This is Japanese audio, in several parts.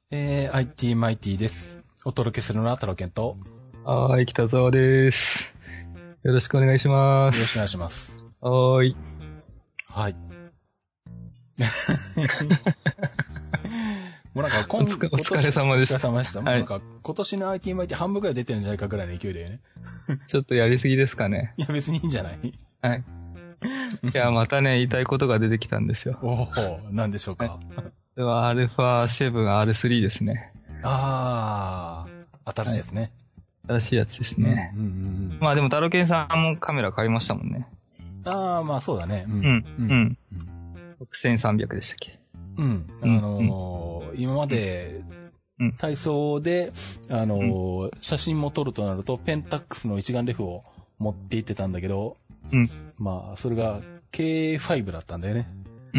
IT マイティです。お届けするのは太郎健と。 はーい、北沢です。よろしくお願いします。 よろしくお願いします。 はーい。 はい。もうなんかお疲れ様です。 お疲れ様でした。 はい、 もうなんか今年の IT マイティ半分くらい出てるんじゃないかぐらいの勢いだよね。 ちょっとやりすぎですかね。 いや別にいいんじゃない？ はい。いや、またね、言いたいことが出てきたんですよ。 おお、なんでしょうか。はい、 これは α7R3 ですね。 あー、新しいですね。 新しいやつですね。まあでも、太郎健さんもカメラ買いましたもんね。 あー、まあそうだね。 6300でしたっけ？ 今まで、体操で、写真も撮るとなると、ペンタックスの一眼レフを持って行ってたんだけど、まあ、それが K5 だったんだよね。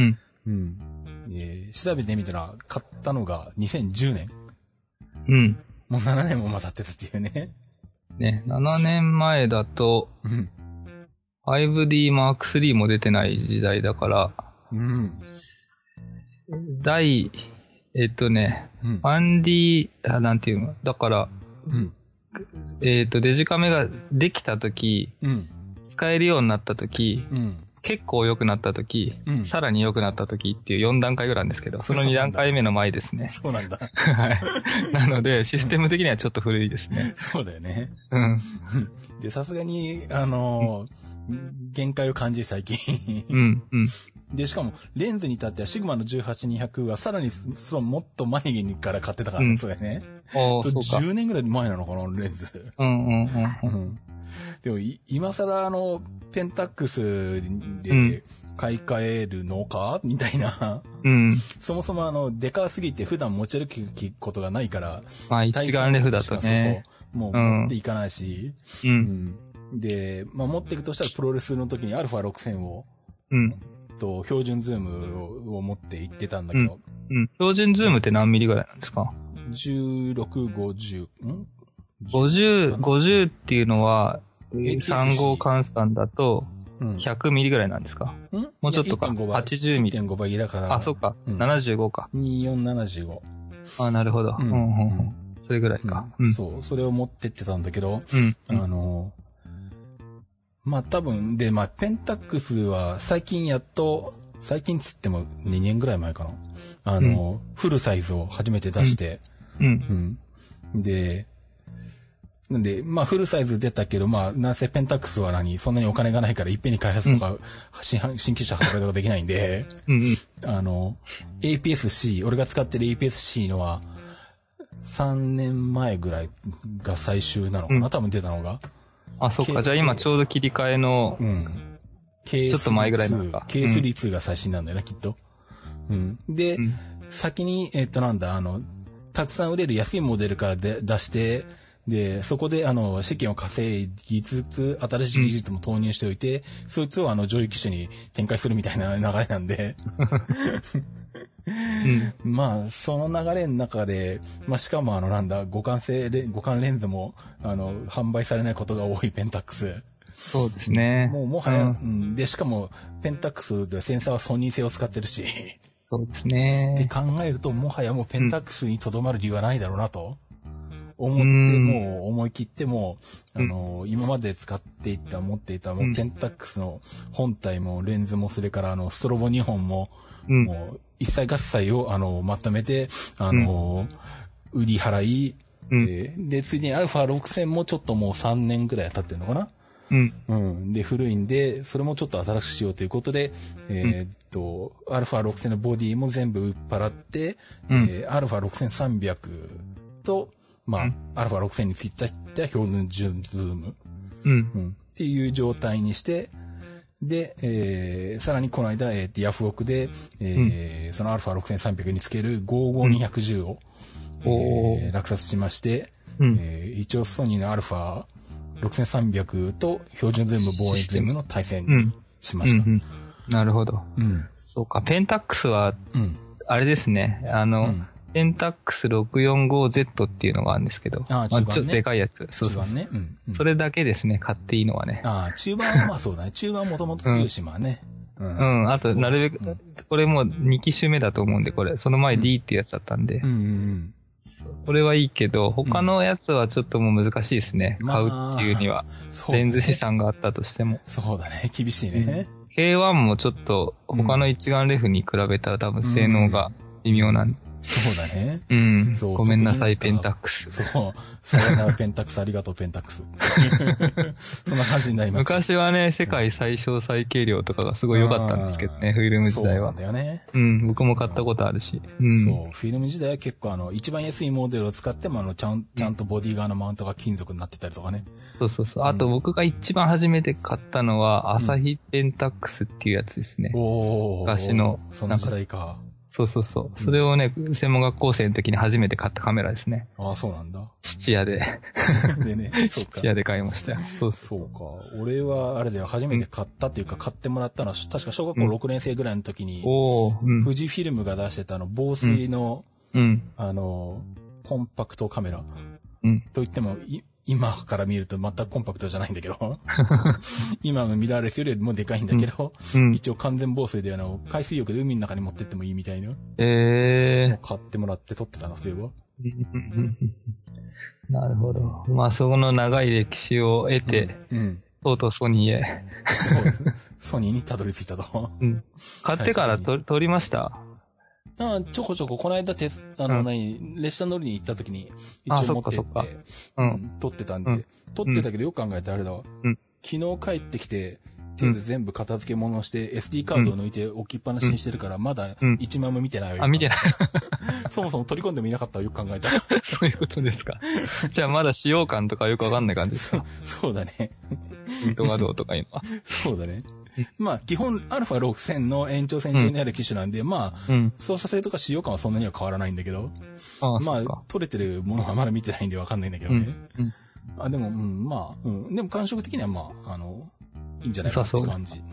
調べてみたら、買ったのが2010年。もう7年も経ってたっていうね。 ね、7年前だと、5D Mark III も出てない時代だから、1D、なんていうのだから、デジカメができたとき、使えるようになったとき、結構良くなったとき、さらに良くなったときっていう4段階ぐらいなんですけど、その2段階目の前ですね。 そうなんだ。 はい。なので、システム的にはちょっと古いですね。 そうだよね。で、さすがに、限界を感じ最近。で、しかも、レンズに至ってはシグマの18-200はさらにもっと前から買ってたからね、それね。 そうか。 10年ぐらい前なのかな、レンズ。でも、今更ペンタックスで買い替えるのかみたいな。そもそもでかすぎて普段持ち歩くことがないから。 まあ、一眼レフだとね。 もう持っていかないし。で、まあ持っていくとしたらプロレスの時に α6000 を。標準ズームを持って行ってたんだけど。 標準ズームって何ミリぐらいなんですか ？16、50、 50っていうのは、3号換算だと、100ミリぐらいなんですか？もうちょっとか。80ミリ。 1.5 倍だから。 あ、そっか。75か。 2475。 あ、なるほど。それぐらいか。 そう、それを持ってってたんだけど、まあ多分、で、まあペンタックスは最近つっても2年ぐらい前かな。フルサイズを初めて出して、なんで、まあフルサイズ出たけど、まあなんせペンタックスはそんなにお金がないからいっぺんに開発とか、新規車発売とかできないんで、APS-C、俺が使ってる APS-C のは、3年前ぐらいが最終なのかな、多分出たのが。 あ、そっか。じゃあ今ちょうど切り替えの、ちょっと前ぐらいなのか。 K3-2 が最新なんだよな、きっと。で、先に、たくさん売れる安いモデルから出して、で、そこで、資金を稼ぎつつ、新しい技術も投入しておいて、そいつを上位機種に展開するみたいな流れなんで。まあ、その流れの中で、まあ、しかも互換レンズも、販売されないことが多いペンタックス。 そうですね。 もはや、で、しかも、ペンタックスでセンサーはソニー製を使ってるし。 そうですね。 って考えると、もはやもうペンタックスに留まる理由はないだろうなと。思い切っても、今まで持っていた、もうペンタックスの本体もレンズも、それからストロボ2本も、もう、一切合切を、まとめて、売り払い、で、ついでに α6000 もちょっともう3年ぐらい経ってるのかな？で、古いんで、それもちょっと新しくしようということで、α6000 のボディも全部売っ払って、α6300 と、まあ、α6000 についた標準ズーム。っていう状態にして、で、さらにこの間、ヤフオクで、その α6300 につける55210を、落札しまして、一応ソニーの α6300 と標準ズーム望遠ズームの対戦にしました。 なるほど。そうか、ペンタックスは、あれですね、ペンタックス 645Z っていうのがあるんですけど、ちょっとでかいやつ。そうそうね。それだけですね、買っていいのはね。 中盤はまあそうだね。中盤はもともと強いし、まあね。 あと、なるべく、これもう2機種目だと思うんで、これ。その前 D っていうやつだったんで。 これはいいけど、他のやつはちょっともう難しいですね。買うっていうには。レンズ資産があったとしても。 そうだね。厳しいね。 K1 もちょっと他の一眼レフに比べたら多分性能が微妙なんで。 そうだね。 うん。ごめんなさい、ペンタックス。 そう。さよならペンタックス、ありがとうペンタックス。そんな感じになりました。 昔はね、世界最小最軽量とかがすごい良かったんですけどね、フィルム時代は。 そうなんだよね。 うん、僕も買ったことあるし。うん。 そう、フィルム時代は結構一番安いモデルを使ってもちゃんとボディ側のマウントが金属になってたりとかね。 そうそうそう。あと僕が一番初めて買ったのは、アサヒペンタックスっていうやつですね。昔の。 その時代か。 そうそうそう。それをね、専門学校生の時に初めて買ったカメラですね。 ああ、そうなんだ。 質屋で。 でね、 質屋で買いましたよ。 そうか。俺は、あれだよ、初めて買ったっていうか、買ってもらったのは、確か小学校6年生ぐらいの時に、富士フィルムが出してた防水の、コンパクトカメラ。と言っても、今から見ると全くコンパクトじゃないんだけど、今のミラーレスよりもでかいんだけど、一応完全防水で海水浴で海の中に持ってってもいいみたいな。もう買ってもらって撮ってたな、そういえば。 なるほど。まあ、そこの長い歴史を得て、とうとうソニーへ。 そう、ソニーにたどり着いたと。 買ってから撮りました？ ちょこちょこ、この間列車乗りに行った時に、一応持ってって、撮ってたんで、撮ってたけどよく考えてあれだわ。昨日帰ってきて、とりあえず全部片付け物をして、SD カードを抜いて置きっぱなしにしてるから、まだ1枚も見てないわ。 見てない。 そもそも取り込んでもいなかったわ、よく考えたら。 そういうことですか。じゃあまだ使用感とかよくわかんない感じですか？ そうだね。 ピントがどうとかいうのは。 そうだね。まあ、基本、アルファ6000の延長線上にある機種なんで、まあ、操作性とか使用感はそんなには変わらないんだけど、まあ、撮れてるものはまだ見てないんでわかんないんだけどね。でも、まあ、でも感触的にはまあ、いいんじゃないかって感じ。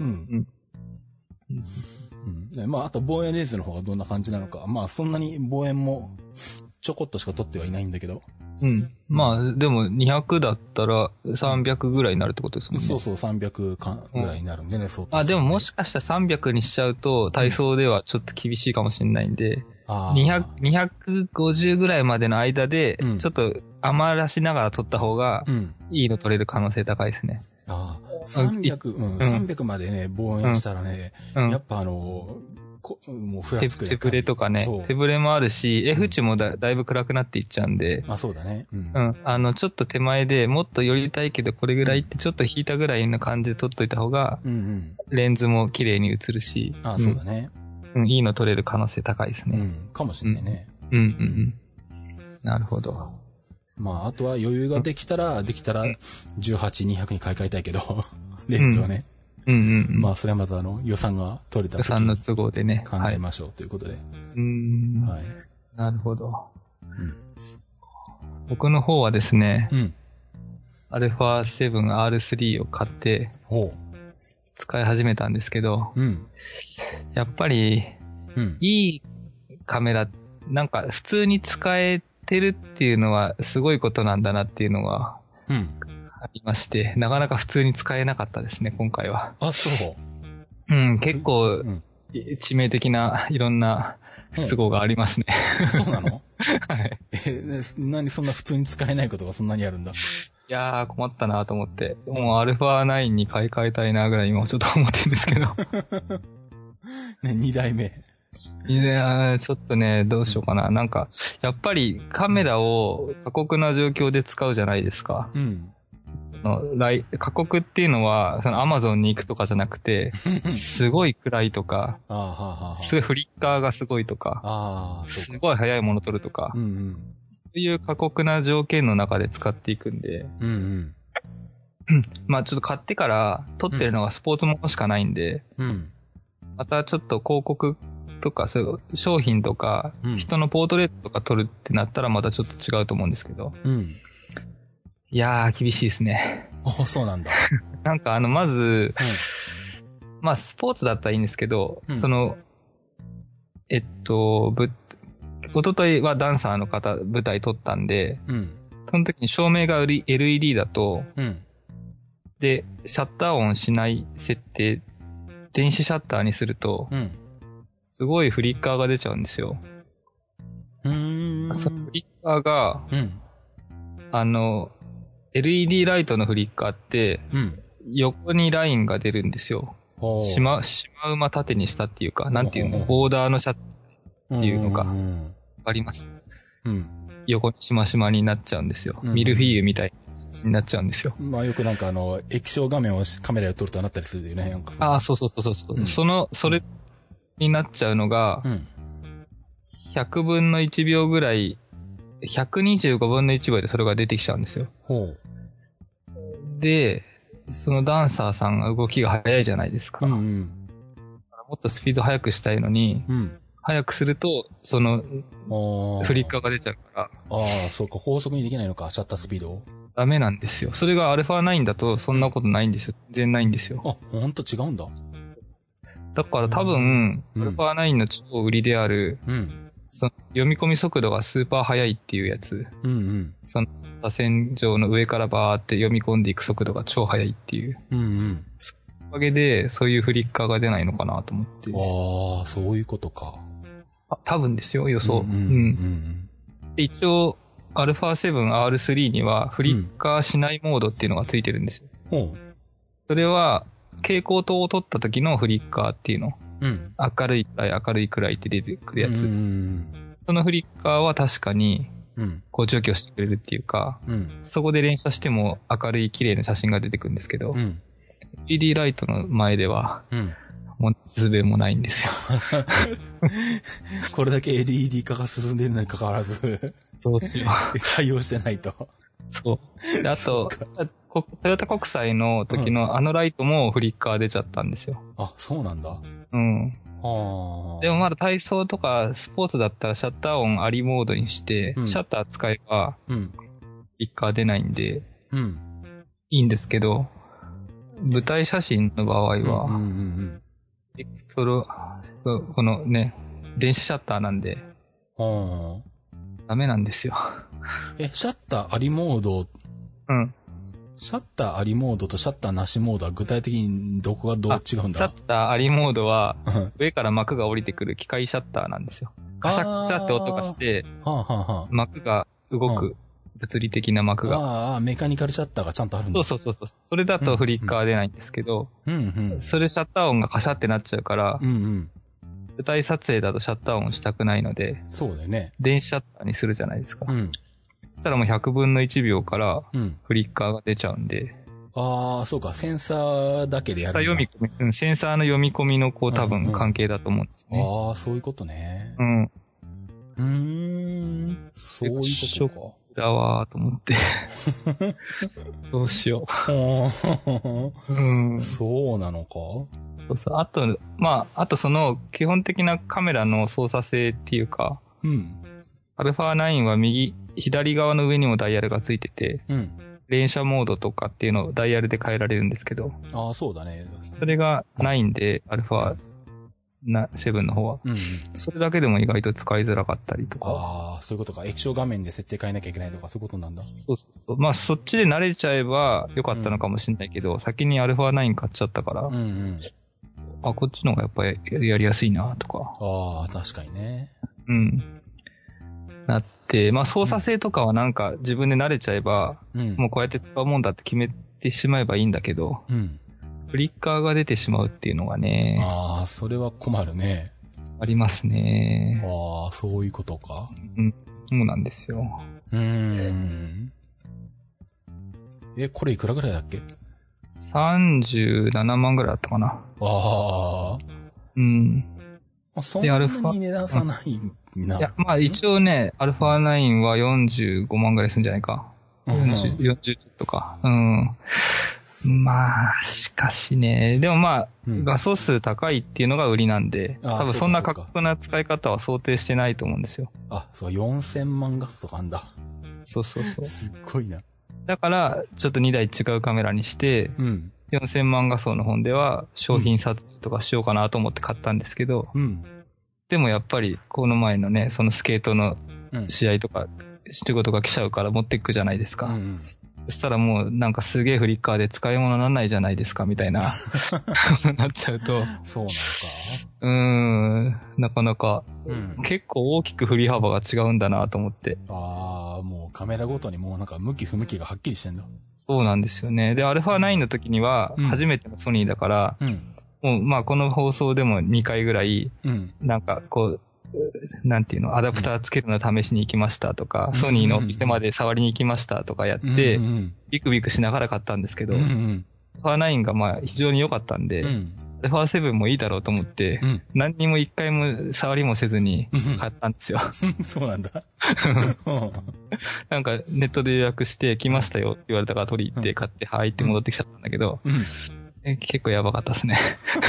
まあ、あと望遠レンズの方がどんな感じなのか。まあ、そんなに望遠もちょこっとしか撮ってはいないんだけど。 まあ、でも200だったら300ぐらいになるってことですもんね。 そうそう、300ぐらいになるんでね、 でももしかしたら300にしちゃうと、体操ではちょっと厳しいかもしれないんで、250ぐらいまでの間で、ちょっと余らしながら撮った方が、いいの撮れる可能性高いですね。 300までね、望遠したらね、やっぱもうフラつく手ブレとかね。手ブレもあるし、F 値もだいぶ暗くなっていっちゃうんで。 そうだね。 ちょっと手前でもっと寄りたいけどこれぐらいってちょっと引いたぐらいの感じで撮っといた方が、レンズも綺麗に映るし。 そうだね。 いいの撮れる可能性高いですね。 かもしれないね。 なるほど。 まあ、あとは余裕ができたら、18、200に買い替えたいけど、レンズはね。まあ、それはまた予算が取れた時に。 予算の都合でね。 考えましょうということで。はい。 なるほど。僕の方はですね、α7R3 を買って、使い始めたんですけど、やっぱり、いいカメラ、なんか普通に使えてるっていうのはすごいことなんだなっていうのが、ありまして、なかなか普通に使えなかったですね、今回は。 そう。 結構、致命的ないろんな不都合がありますね。 そうなの？ はい。 何そんな普通に使えないことがそんなにあるんだ？いやー、困ったなと思って。もう α9 に買い替えたいなぐらい今ちょっと思ってるんですけど。 ね、2代目。 いやー、ちょっとね、どうしようかな。なんか、やっぱりカメラを過酷な状況で使うじゃないですか。過酷っていうのは、Amazon に行くとかじゃなくて、すごい暗いとか、すごいフリッカーがすごいとか、すごい速いもの撮るとか、そういう過酷な条件の中で使っていくんで、まあちょっと買ってから撮ってるのがスポーツものしかないんで、またちょっと広告とか、そういう商品とか、人のポートレートとか撮るってなったらまたちょっと違うと思うんですけど、いやー、厳しいですね。 そうなんだ。 なんかまず、まあスポーツだったらいいんですけど、一昨日はダンサーの方、舞台撮ったんで、その時に照明が LED だと、で、シャッター音しない設定、電子シャッターにすると、すごいフリッカーが出ちゃうんですよ。 そのフリッカーが、LED ライトのフリッカーって、横にラインが出るんですよ。しまうま縦にしたっていうか、なんていうの、ボーダーのシャツっていうのが、あります。横にしましまになっちゃうんですよ。ミルフィーユみたいになっちゃうんですよ。 まあよくなんか液晶画面をカメラで撮るとなったりするよね。 そう。それになっちゃうのが、100分の1秒ぐらい、125分の1秒でそれが出てきちゃうんですよ。で、そのダンサーさんが動きが速いじゃないですか。もっとスピード速くしたいのに、速くすると、その、フリッカーが出ちゃうから。 そうか、高速にできないのか、シャッタースピードを。 ダメなんですよ。それが α9 だとそんなことないんですよ。全然ないんですよ。 ほんと違うんだ。 だから多分、α9 の超売りである、その読み込み速度がスーパー速いっていうやつ。その左線上の上からバーって読み込んでいく速度が超速いっていう。そのおかげで、そういうフリッカーが出ないのかなと思って。 そういうことか。 多分ですよ、予想。で一応、α7R3 にはフリッカーしないモードっていうのがついてるんですよ。それは、蛍光灯を撮った時のフリッカーっていうの。明るいくらいって出てくるやつ。そのフリッカーは確かに、こう除去してくれるっていうか、そこで連写しても明るい綺麗な写真が出てくるんですけど、LED ライトの前では、もう術もないんですよ。 これだけ LED 化が進んでるのに関わらず、 どうしよう。 対応してないと。 そう。であと、トヨタ国際の時のライトもフリッカー出ちゃったんですよ。 そうなんだ。 でもまだ体操とかスポーツだったらシャッター音ありモードにして、シャッター使えば、フリッカー出ないんで、いいんですけど、舞台写真の場合は、このね、電子シャッターなんで、ダメなんですよ。 シャッターありモード、シャッターありモードとシャッターなしモードは具体的にどこがどう違うんだ？ シャッターありモードは、上から幕が降りてくる機械シャッターなんですよ。カシャッカシャって音がして、幕が動く、物理的な幕が。 メカニカルシャッターがちゃんとあるんだ。 そう。それだとフリッカー出ないんですけど、それシャッター音がカシャってなっちゃうから、舞台撮影だとシャッター音したくないので、 そうだよね。 電子シャッターにするじゃないですか。そしたらもう100分の1秒からフリッカーが出ちゃうんで。 そうか、センサーだけでやるんだ。 センサーの読み込みの多分関係だと思うんですよね。 そういうことね。そういうことか。 だわーと思って。どうしよう。 そうなのか。 そう。あとその基本的なカメラの操作性っていうか、α9 は左側の上にもダイヤルがついてて、連写モードとかっていうのをダイヤルで変えられるんですけど、 そうだね。 それがないんで、α7 の方は、それだけでも意外と使いづらかったりとか。 そういうことか。液晶画面で設定変えなきゃいけないとか、そういうことなんだ。 そう。そっちで慣れちゃえばよかったのかもしれないけど、先に α9 買っちゃったから、こっちの方がやっぱりやりやすいなとか。 確かにね。 なって、操作性とかはなんか自分で慣れちゃえば、もうこうやって使うもんだって決めてしまえばいいんだけど、フリッカーが出てしまうっていうのがね。 それは困るね。 ありますね。 そういうことか。 そうなんですよ。 これいくらぐらいだっけ ？37万ぐらいだったかな。 そんなに値段差ないな。 いや、一応ね、α9 は45万ぐらいするんじゃないか。40ちょっとか。しかしね。でも画素数高いっていうのが売りなんで、多分そんな過酷な使い方は想定してないと思うんですよ。 そう、4000万画素とかあんだ。 そう。 すっごいな。 だから、ちょっと2台違うカメラにして、4000万画素の本では商品撮影とかしようかなと思って買ったんですけど、でもやっぱりこの前のね、そのスケートの試合とか仕事が来ちゃうから持っていくじゃないですか。そしたらもうなんかすげえフリッカーで使い物にならないじゃないですかみたいななっちゃうと。 そうなのか。 なかなか、結構大きく振り幅が違うんだなと思って。 ああ、もうカメラごとにもうなんか向き不向きがはっきりしてんだ。 そうなんですよね。で、α9 の時には、初めてのソニーだから、もうまあこの放送でも2回ぐらい、なんかこう、なんていうの、アダプターつけるの試しに行きましたとか、ソニーの店まで触りに行きましたとかやって、ビクビクしながら買ったんですけど、α9 がまあ非常に良かったんで、α7 もいいだろうと思って、何にも一回も触りもせずに買ったんですよ。 そうなんだ。 なんかネットで予約して来ましたよって言われたから取り行って買ってはいって戻ってきちゃったんだけど、結構やばかったですね。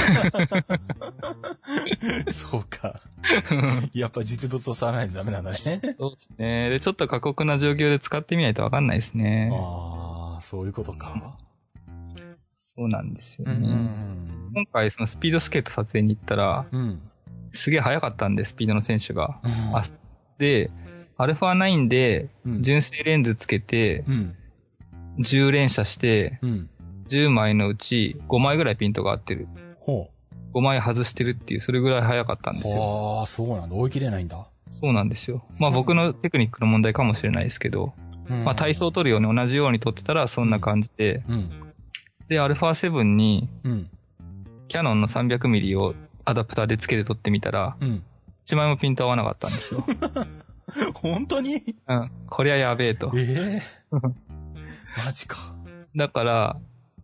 そうか。やっぱ実物を触らないとダメなんだね。 そうですね。で、ちょっと過酷な状況で使ってみないとわかんないですね。 ああ、そういうことか。 そうなんですよね。今回そのスピードスケート撮影に行ったら、すげえ速かったんで、スピードの選手が。で、α9 で純正レンズつけて、10連射して、10枚のうち5枚ぐらいピントが合ってる。5枚外してるっていう、それぐらい速かったんですよ。 ああ、そうなんだ。追い切れないんだ。 そうなんですよ。まあ僕のテクニックの問題かもしれないですけど、まあ体操を撮るように同じように撮ってたらそんな感じで、で、α7 に、キヤノンの 300mm をアダプターでつけて撮ってみたら、1枚もピント合わなかったんですよ。 本当に？ こりゃやべえと。 マジか。 だから、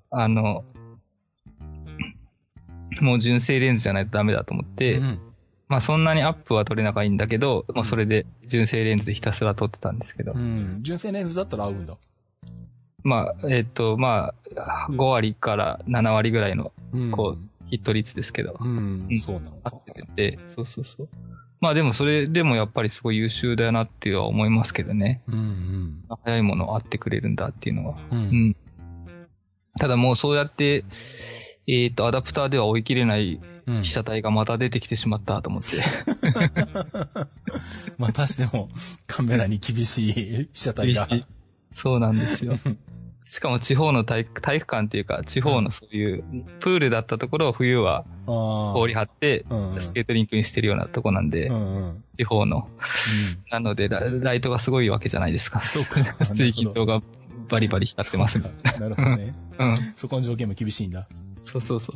もう純正レンズじゃないとダメだと思って、まあそんなにアップは撮れなきゃいいんだけど、もうそれで純正レンズでひたすら撮ってたんですけど。 純正レンズだったら合うんだ。 まあ、まあ、5割から7割ぐらいの、こう、ヒット率ですけど。 そうなのか。 合ってて、そう。まあでもそれでもやっぱりすごい優秀だなっていうのは思いますけどね。早いものを合ってくれるんだっていうのは。ただもうそうやって、アダプターでは追い切れない被写体がまた出てきてしまったと思って。 またしてもカメラに厳しい被写体が。 そうなんですよ。しかも地方の体育館っていうか、地方のそういうプールだったところを冬は氷張ってスケートリンクにしてるようなとこなんで、地方の。なのでライトがすごいわけじゃないですか。 そうか。 水銀灯がバリバリ光ってます。 なるほどね。そこの条件も厳しいんだ。 そう。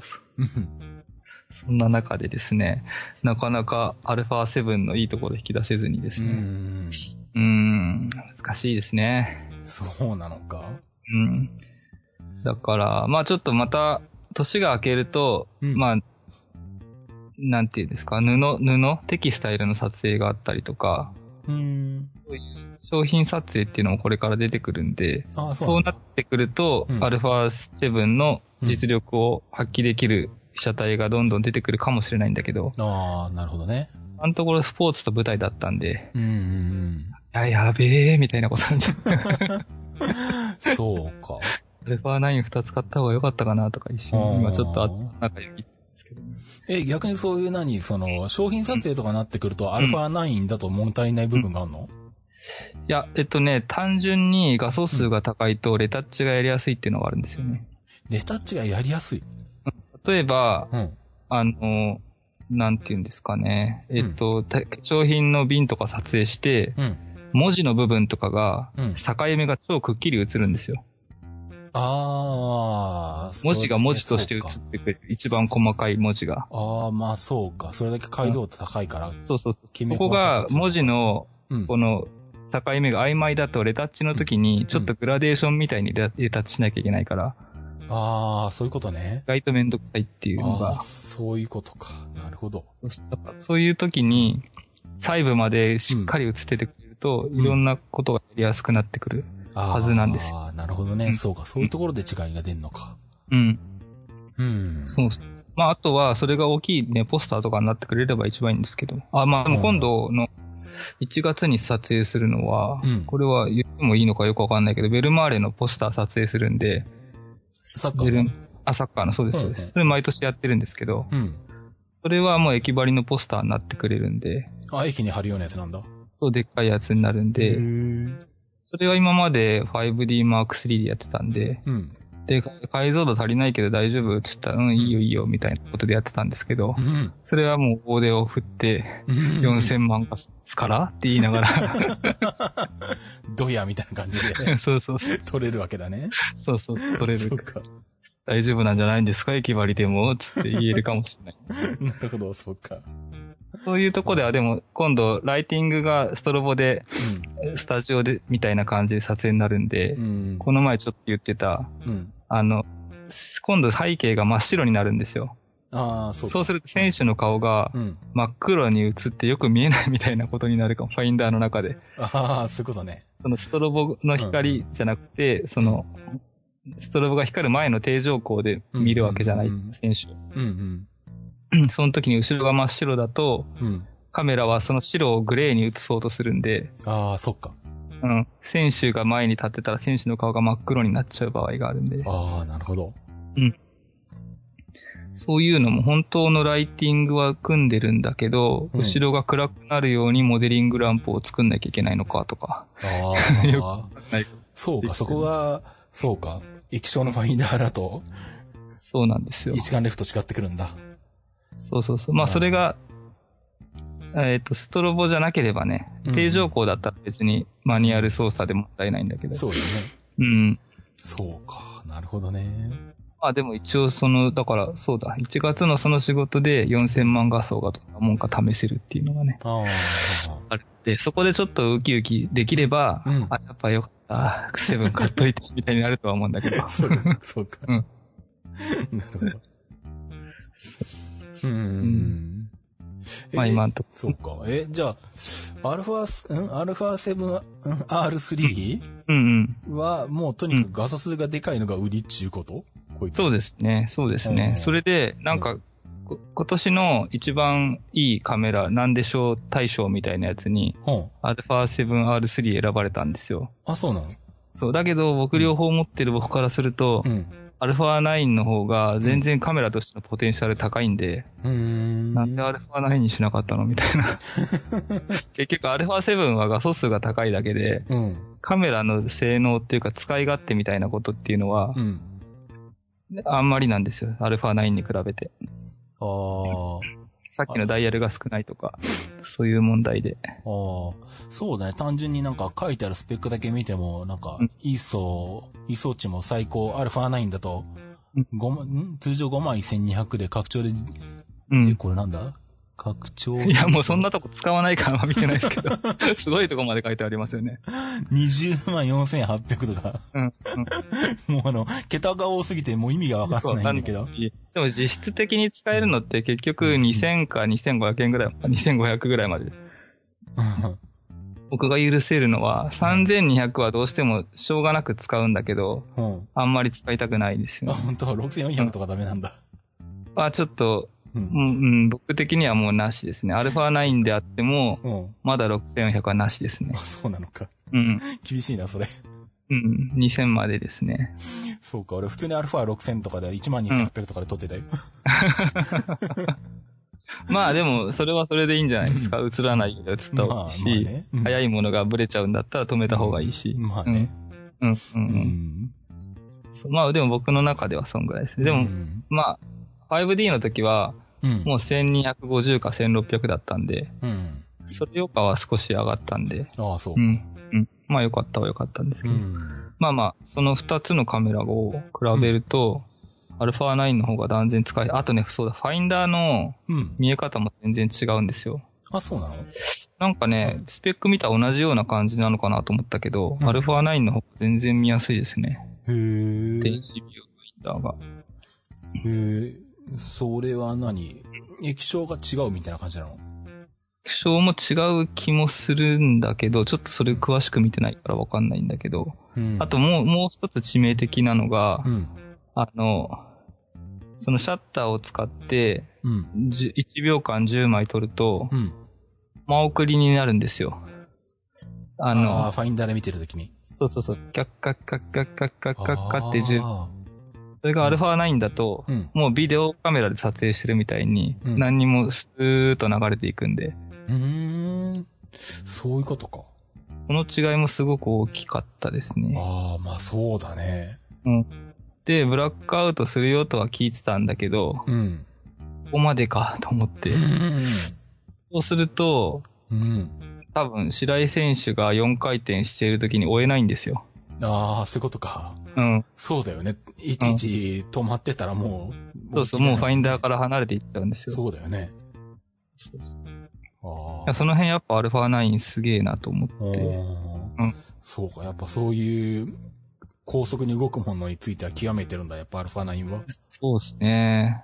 そんな中でですね、なかなか α7 のいいところ引き出せずにですね。難しいですね。 そうなのか。 だから、まあちょっとまた、年が明けると、まあ、なんていうんですか、テキスタイルの撮影があったりとか、そういう商品撮影っていうのもこれから出てくるんで、そうなってくると、α7 の実力を発揮できる被写体がどんどん出てくるかもしれないんだけど、 なるほどね。 あのところスポーツと舞台だったんで、やべえ、みたいなことなんじゃ。 そうか。 α9 2つ買った方が良かったかなとか一瞬、今ちょっと仲良いって言うんですけど。 逆にそういう商品撮影とかなってくると、α9 だと物足りない部分があるの？ いや、単純に画素数が高いとレタッチがやりやすいっていうのがあるんですよね。 レタッチがやりやすい？ 例えば、なんて言うんですかね。商品の瓶とか撮影して、文字の部分とかが、境目が超くっきり映るんですよ。文字が文字として映ってくる。一番細かい文字が。 まあそうか。それだけ解像度高いから。 そう。そこが文字の、この境目が曖昧だとレタッチの時にちょっとグラデーションみたいにレタッチしなきゃいけないから。 そういうことね。 意外とめんどくさいっていうのが。 そういうことか。なるほど。 そういう時に、細部までしっかり映っててくれると、いろんなことがやりやすくなってくるはずなんですよ。 なるほどね。そうか。そういうところで違いが出るのか。 そう。まあ、あとは、それが大きいね、ポスターとかになってくれれば一番いいんですけど。まあ、今度の1月に撮影するのは、これは言ってもいいのかよくわかんないけど、ベルマーレのポスター撮影するんで、 サッカーの？ サッカーの、そうです。それ毎年やってるんですけど、それはもう駅張りのポスターになってくれるんで。 駅に貼るようなやつなんだ。 そう、でっかいやつになるんで、それは今まで 5D Mark III でやってたんで、 で、解像度足りないけど大丈夫って言ったら、いいよいいよ、みたいなことでやってたんですけど、それはもう大手を振って、4000万画素からって言いながら。 ドヤみたいな感じで。そうそう。取れるわけだね。 そうそう、取れる。そうか。大丈夫なんじゃないんですか、駅張りでもつって言えるかもしれない。 なるほど、そうか。 そういうとこではでも、今度、ライティングがストロボで、スタジオで、みたいな感じで撮影になるんで、この前ちょっと言ってた、今度背景が真っ白になるんですよ。 ああ、そうか。 そうすると選手の顔が真っ黒に映ってよく見えないみたいなことになるかも、ファインダーの中で。 ああ、そういうことね。 そのストロボの光じゃなくて、ストロボが光る前の定常光で見るわけじゃない、選手。その時に後ろが真っ白だと、カメラはその白をグレーに映そうとするんで、 ああ、そっか。 選手が前に立ってたら選手の顔が真っ黒になっちゃう場合があるんで。 ああ、なるほど。 そういうのも本当のライティングは組んでるんだけど、後ろが暗くなるようにモデリングランプを作んなきゃいけないのかとか。 ああ。そうか、そこが、そうか。液晶のファインダーだと。 そうなんですよ。 一眼レフと違ってくるんだ。 そうそうそう。まあそれが、ストロボじゃなければね、定常光だったら別にマニュアル操作で問題ないんだけど。 そうだね。 そうか。なるほどね。 まあでも一応だからそうだ、1月のその仕事で4000万画素がどんなもんか試せるっていうのがね。あるって、そこでちょっとウキウキできれば、やっぱよかった、7買っといてみたいになるとは思うんだけど。 そうか。なるほど。 まあ今んとこ。 そうか。じゃあ、アルファ 7R3 はもうとにかく画素数がでかいのが売りっちゅうこと？ そうですね。そうですね。それで、なんか、今年の一番いいカメラ、なんでしょう大賞みたいなやつに、アルファ 7R3 選ばれたんですよ。 あ、そうなの？ そう。だけど僕両方持ってる僕からすると、アルファ9の方が全然カメラとしてのポテンシャル高いんで、なんでアルファ9にしなかったのみたいな。結局アルファ7は画素数が高いだけで、カメラの性能っていうか使い勝手みたいなことっていうのは、あんまりなんですよ。アルファ9に比べて。さっきのダイヤルが少ないとか、そういう問題で。 そうだね。単純になんか書いてあるスペックだけ見ても、なんか、ISO 値も最高、アルファ9だと、通常51200で拡張で、これなんだ？拡張。 いや、もうそんなとこ使わないから見てないですけど、すごいとこまで書いてありますよね。 204,800とか。もう桁が多すぎてもう意味がわからないんだけど。 でも実質的に使えるのって結局2000か2500円ぐらい、2500ぐらいまで。僕が許せるのは3200はどうしてもしょうがなく使うんだけど、あんまり使いたくないですよ、ね。 本当6400とかダメなんだ。 ちょっと、僕的にはもうなしですね。アルファ9であっても、まだ6400はなしですね。 そうなのか。厳しいな、それ。 2000までですね。 そうか、俺普通にアルファ6000とかで12800とかで撮ってたよ。 まあでも、それはそれでいいんじゃないですか。映らないように映った方がいいし、早いものがブレちゃうんだったら止めた方がいいし。まあね。まあでも僕の中ではそんぐらいですね。でも、まあ、5D の時は、もう1250か1600だったんで、それよかは少し上がったんで。 ああ、そう。 まあよかったはよかったんですけど。まあまあ、その2つのカメラを比べると、アルファ9の方が断然使い、あとね、そうだ、ファインダーの見え方も全然違うんですよ。 あ、そうなの？ なんかね、スペック見たら同じような感じなのかなと思ったけど、アルファ9の方が全然見やすいですね。電子ビューファインダーが。 それは何？液晶が違うみたいな感じなの？ 液晶も違う気もするんだけど、ちょっとそれ詳しく見てないからわかんないんだけど、あともう一つ致命的なのが、そのシャッターを使って、1秒間10枚撮ると、間送りになるんですよ。 ファインダーで見てるときに。 そうそうそう、カッカッカッカッカッカッカッカッってそれが α9 だと、もうビデオカメラで撮影してるみたいに、何にもスーッと流れていくんで。 そういうことか。 その違いもすごく大きかったですね。 まあそうだね。 で、ブラックアウトするよとは聞いてたんだけど、ここまでかと思って。そうすると、多分白井選手が4回転している時に追えないんですよ。 ああ、そういうことか。そうだよね。いちいち止まってたらもう。そうそう、もうファインダーから離れていっちゃうんですよ。 そうだよね。 その辺やっぱアルファ9すげえなと思って。 そうか、やっぱそういう高速に動くものについては極めてるんだ、やっぱアルファ9は。 そうですね。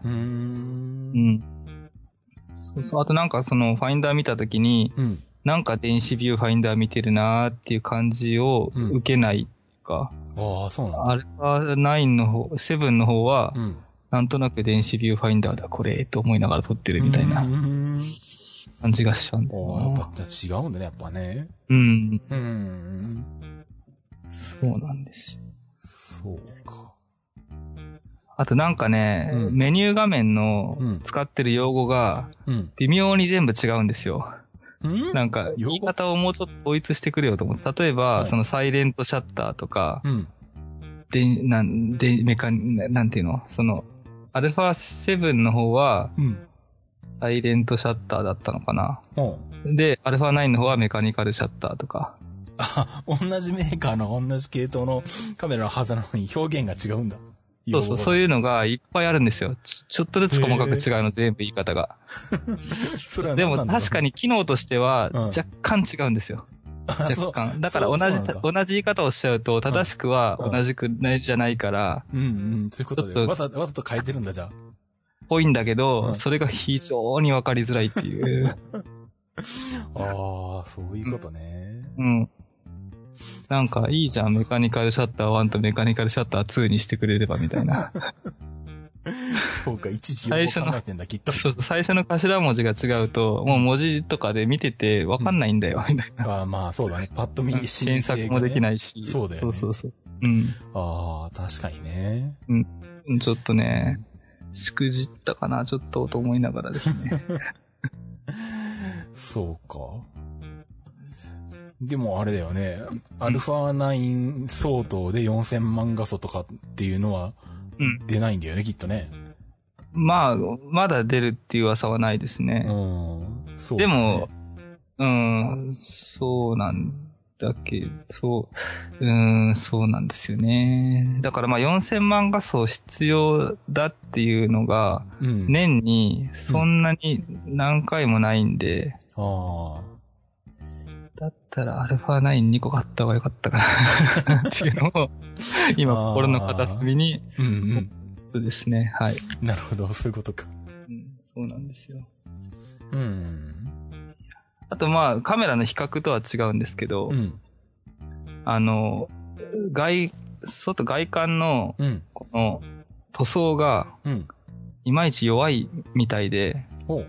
そうそう。あとなんかそのファインダー見たときに、なんか電子ビューファインダー見てるなーっていう感じを受けないか。 ああ、そうなんだ。 アルファ9の方、7の方は、なんとなく電子ビューファインダーだ、これ、と思いながら撮ってるみたいな感じがしちゃうんだよな。 やっぱ違うんだね、やっぱね。 そうなんです。 そうか。 あとなんかね、メニュー画面の使ってる用語が、微妙に全部違うんですよ。なんか、言い方をもうちょっと統一してくれよと思って。例えば、そのサイレントシャッターとか、なんていうのその、アルファ7の方は、サイレントシャッターだったのかな。で、アルファ9の方はメカニカルシャッターとか。 同じメーカーの同じ系統のカメラのはずなのに表現が違うんだ。 そうそう、そういうのがいっぱいあるんですよ。ちょっとずつ細かく違うの、全部言い方が。でも確かに機能としては若干違うんですよ。若干。だから同じ言い方をしちゃうと、正しくは同じくないじゃないから。 そういうことで。わざと変えてるんだ、じゃあ。 ぽいんだけど、それが非常にわかりづらいっていう。 ああ、そういうことね。 なんかいいじゃん、メカニカルシャッター1とメカニカルシャッター2にしてくれればみたいな。 そうか、一時よく考えてんだ、きっと。 そうそう、最初の頭文字が違うと、もう文字とかで見ててわかんないんだよ、みたいな。 まあそうだね。パッと見視認性がね、検索もできないし。 そうだよね。 そう。 ああ、確かにね。 ちょっとね、しくじったかな、ちょっと思いながらですね。 そうか。でもあれだよね。アルファ9相当で4000万画素とかっていうのは出ないんだよね、きっとね。 まあ、まだ出るっていう噂はないですね。 そうだね。 でも、そうなんだけど、そうなんですよね。だからまあ4000万画素必要だっていうのが、年にそんなに何回もないんで、だったらアルファ9 2個買った方がよかったかなっていうのを、今心の片隅に、つつですね。はい。 なるほど、そういうことか。 そうなんですよ。あとまあ、カメラの比較とは違うんですけど、外観の、この塗装が、いまいち弱いみたいで、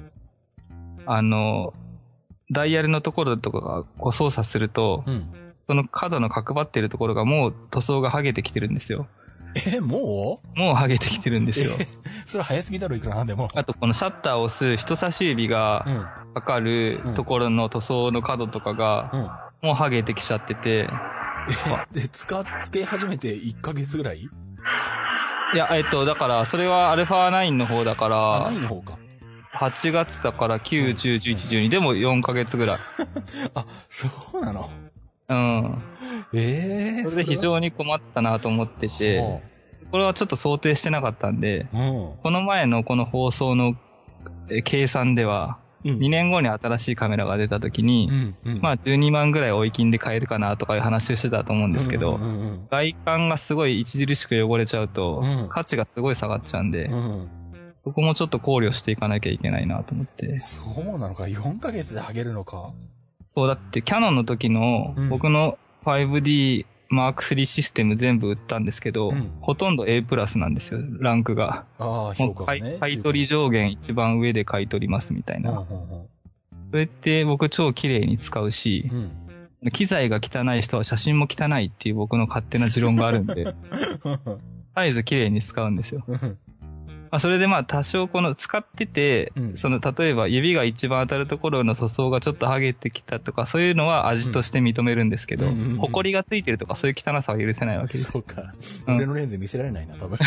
ダイヤルのところとかがこう操作すると、その角の角張ってるところがもう塗装が剥げてきてるんですよ。 もう剥げてきてるんですよ。 それ早すぎだろ、いくらなんでも。 あとこのシャッターを押す人差し指がかかるところの塗装の角とかが、もう剥げてきちゃってて。 で、つけ始めて1ヶ月ぐらい？ いや、だから、それはアルファ9の方だから、 9の方か。 8月だから9、10、11、12、でも4ヶ月ぐらい。 そうなの？ それで非常に困ったなと思ってて、これはちょっと想定してなかったんで、この前のこの放送の計算では、2年後に新しいカメラが出た時に、まあ12万ぐらい追い金で買えるかなとかいう話をしてたと思うんですけど、外観がすごい著しく汚れちゃうと、価値がすごい下がっちゃうんで、そこもちょっと考慮していかなきゃいけないなと思って。 そうなのか、4ヶ月で剥げるのか。 そう、だってキャノンの時の僕の 5D Mark III システム全部売ったんですけど、ほとんど A プラスなんですよ、ランクが。 評価がね。 買い取り上限一番上で買い取りますみたいな。それって僕超綺麗に使うし、機材が汚い人は写真も汚いっていう僕の勝手な持論があるんで、サイズ綺麗に使うんですよ。 それで多少この使ってて、例えば指が一番当たるところの塗装がちょっと剥げてきたとか、そういうのは味として認めるんですけど、埃がついてるとかそういう汚さは許せないわけです。 そうか。腕のレンズ見せられないな、多分。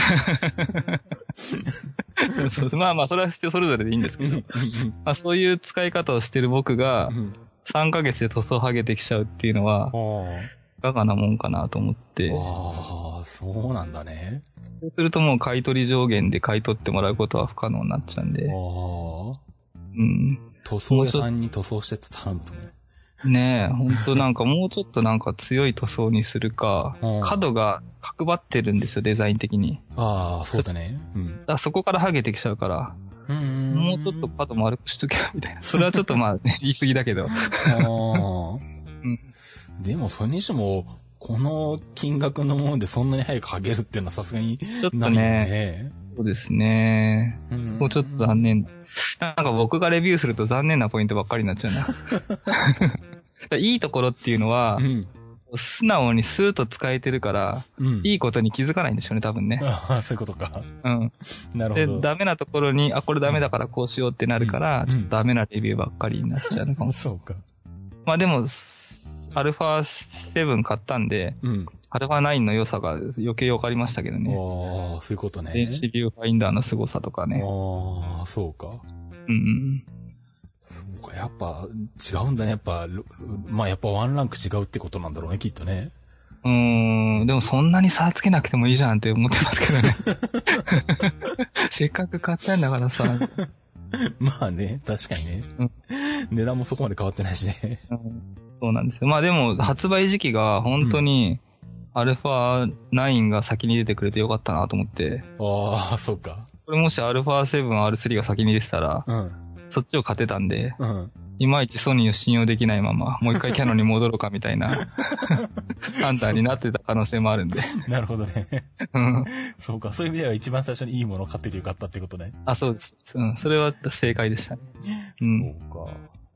そうそれは人それぞれでいいんですけど、そういう使い方をしてる僕が、3ヶ月で塗装剥げてきちゃうっていうのは、いかがなもんかなと思って。 ああ、そうなんだね。 そうするともう買い取り上限で買い取ってもらうことは不可能になっちゃうんで。 塗装屋さんに塗装してって頼むとね。 ねえ、ほんともうちょっと強い塗装にするか、角が角張ってるんですよ、デザイン的に。 ああ、そうだね。 そこから剥げてきちゃうから、もうちょっと角丸くしとけよ、みたいな。それはちょっと言い過ぎだけど。 でも、それにしても、この金額のものでそんなに早く剥げるっていうのはさすがにないよね。ちょっとね。 そうですね。そこちょっと残念。僕がレビューすると残念なポイントばっかりになっちゃうな。いいところっていうのは、素直にスーッと使えてるから、いいことに気づかないんでしょうね、多分ね。 ああ、そういうことか。なるほど。 で、ダメなところに、これダメだからこうしようってなるから、ちょっとダメなレビューばっかりになっちゃうのかも。 そうか。 でも、アルファ7買ったんで、アルファ9の良さが余計わかりましたけどね。 ああ、そういうことね。 電子ビューファインダーの凄さとかね。 ああ、そうか。そうか、やっぱ違うんだね。やっぱワンランク違うってことなんだろうね、きっとね。 でもそんなに差つけなくてもいいじゃんって思ってますけどね。せっかく買ったんだからさ。 ね、確かにね。値段もそこまで変わってないしね。 そうなんですよ。でも、発売時期が本当に、アルファ9が先に出てくれてよかったなと思って。 ああ、そうか。 これもしアルファ7、R3 が先に出てたら、そっちを勝てたんで、いまいちソニーを信用できないまま、もう一回キャノンに戻ろうかみたいな、判断になってた可能性もあるんで。 なるほどね。そうか。そういう意味では一番最初にいいものを買っててよかったってことね。 そうです。それは正解でしたね。 そうか。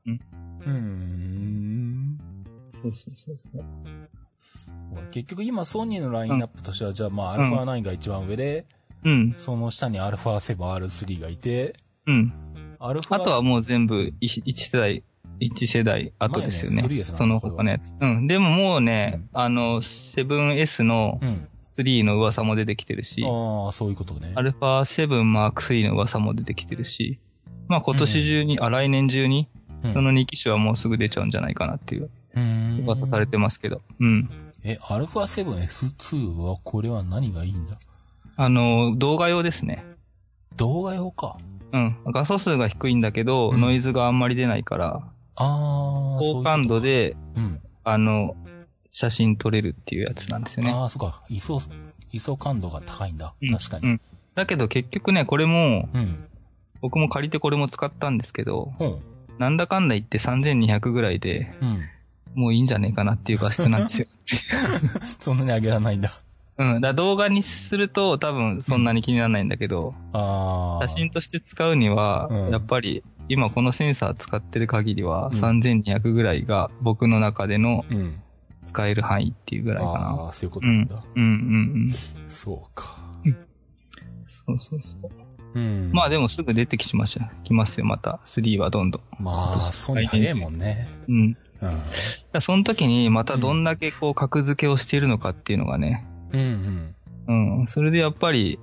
そう。 結局今ソニーのラインナップとしては、じゃあアルファ9が一番上で、その下にアルファ7、R3 がいて、 あとはもう全部1世代後ですよね。その他のやつ。でももうね、7S の3の噂も出てきてるし、 そういうことね。 アルファ7 Mark III の噂も出てきてるし、今年中に、来年中に、その2機種はもうすぐ出ちゃうんじゃないかなっていう噂されてますけど。 アルファ 7S2 はこれは何がいいんだ？ 動画用ですね。 動画用か。 画素数が低いんだけど、ノイズがあんまり出ないから、高感度で、写真撮れるっていうやつなんですよね。 そうか。ISO感度が高いんだ。確かに。 だけど結局ね、これも、僕も借りてこれも使ったんですけど、なんだかんだ言って3200ぐらいで、もういいんじゃねえかなっていう画質なんですよ。 そんなに上げられないんだ。 動画にすると多分そんなに気にならないんだけど、写真として使うには、やっぱり今このセンサー使ってる限りは3200ぐらいが僕の中での使える範囲っていうぐらいかな。 そういうことなんだ。そうか。 そう。でもすぐ出てきますよ、また。3はどんどん。 ソニー早いもんね。 その時にまたどんだけ格付けをしているのかっていうのがね。それでやっぱり、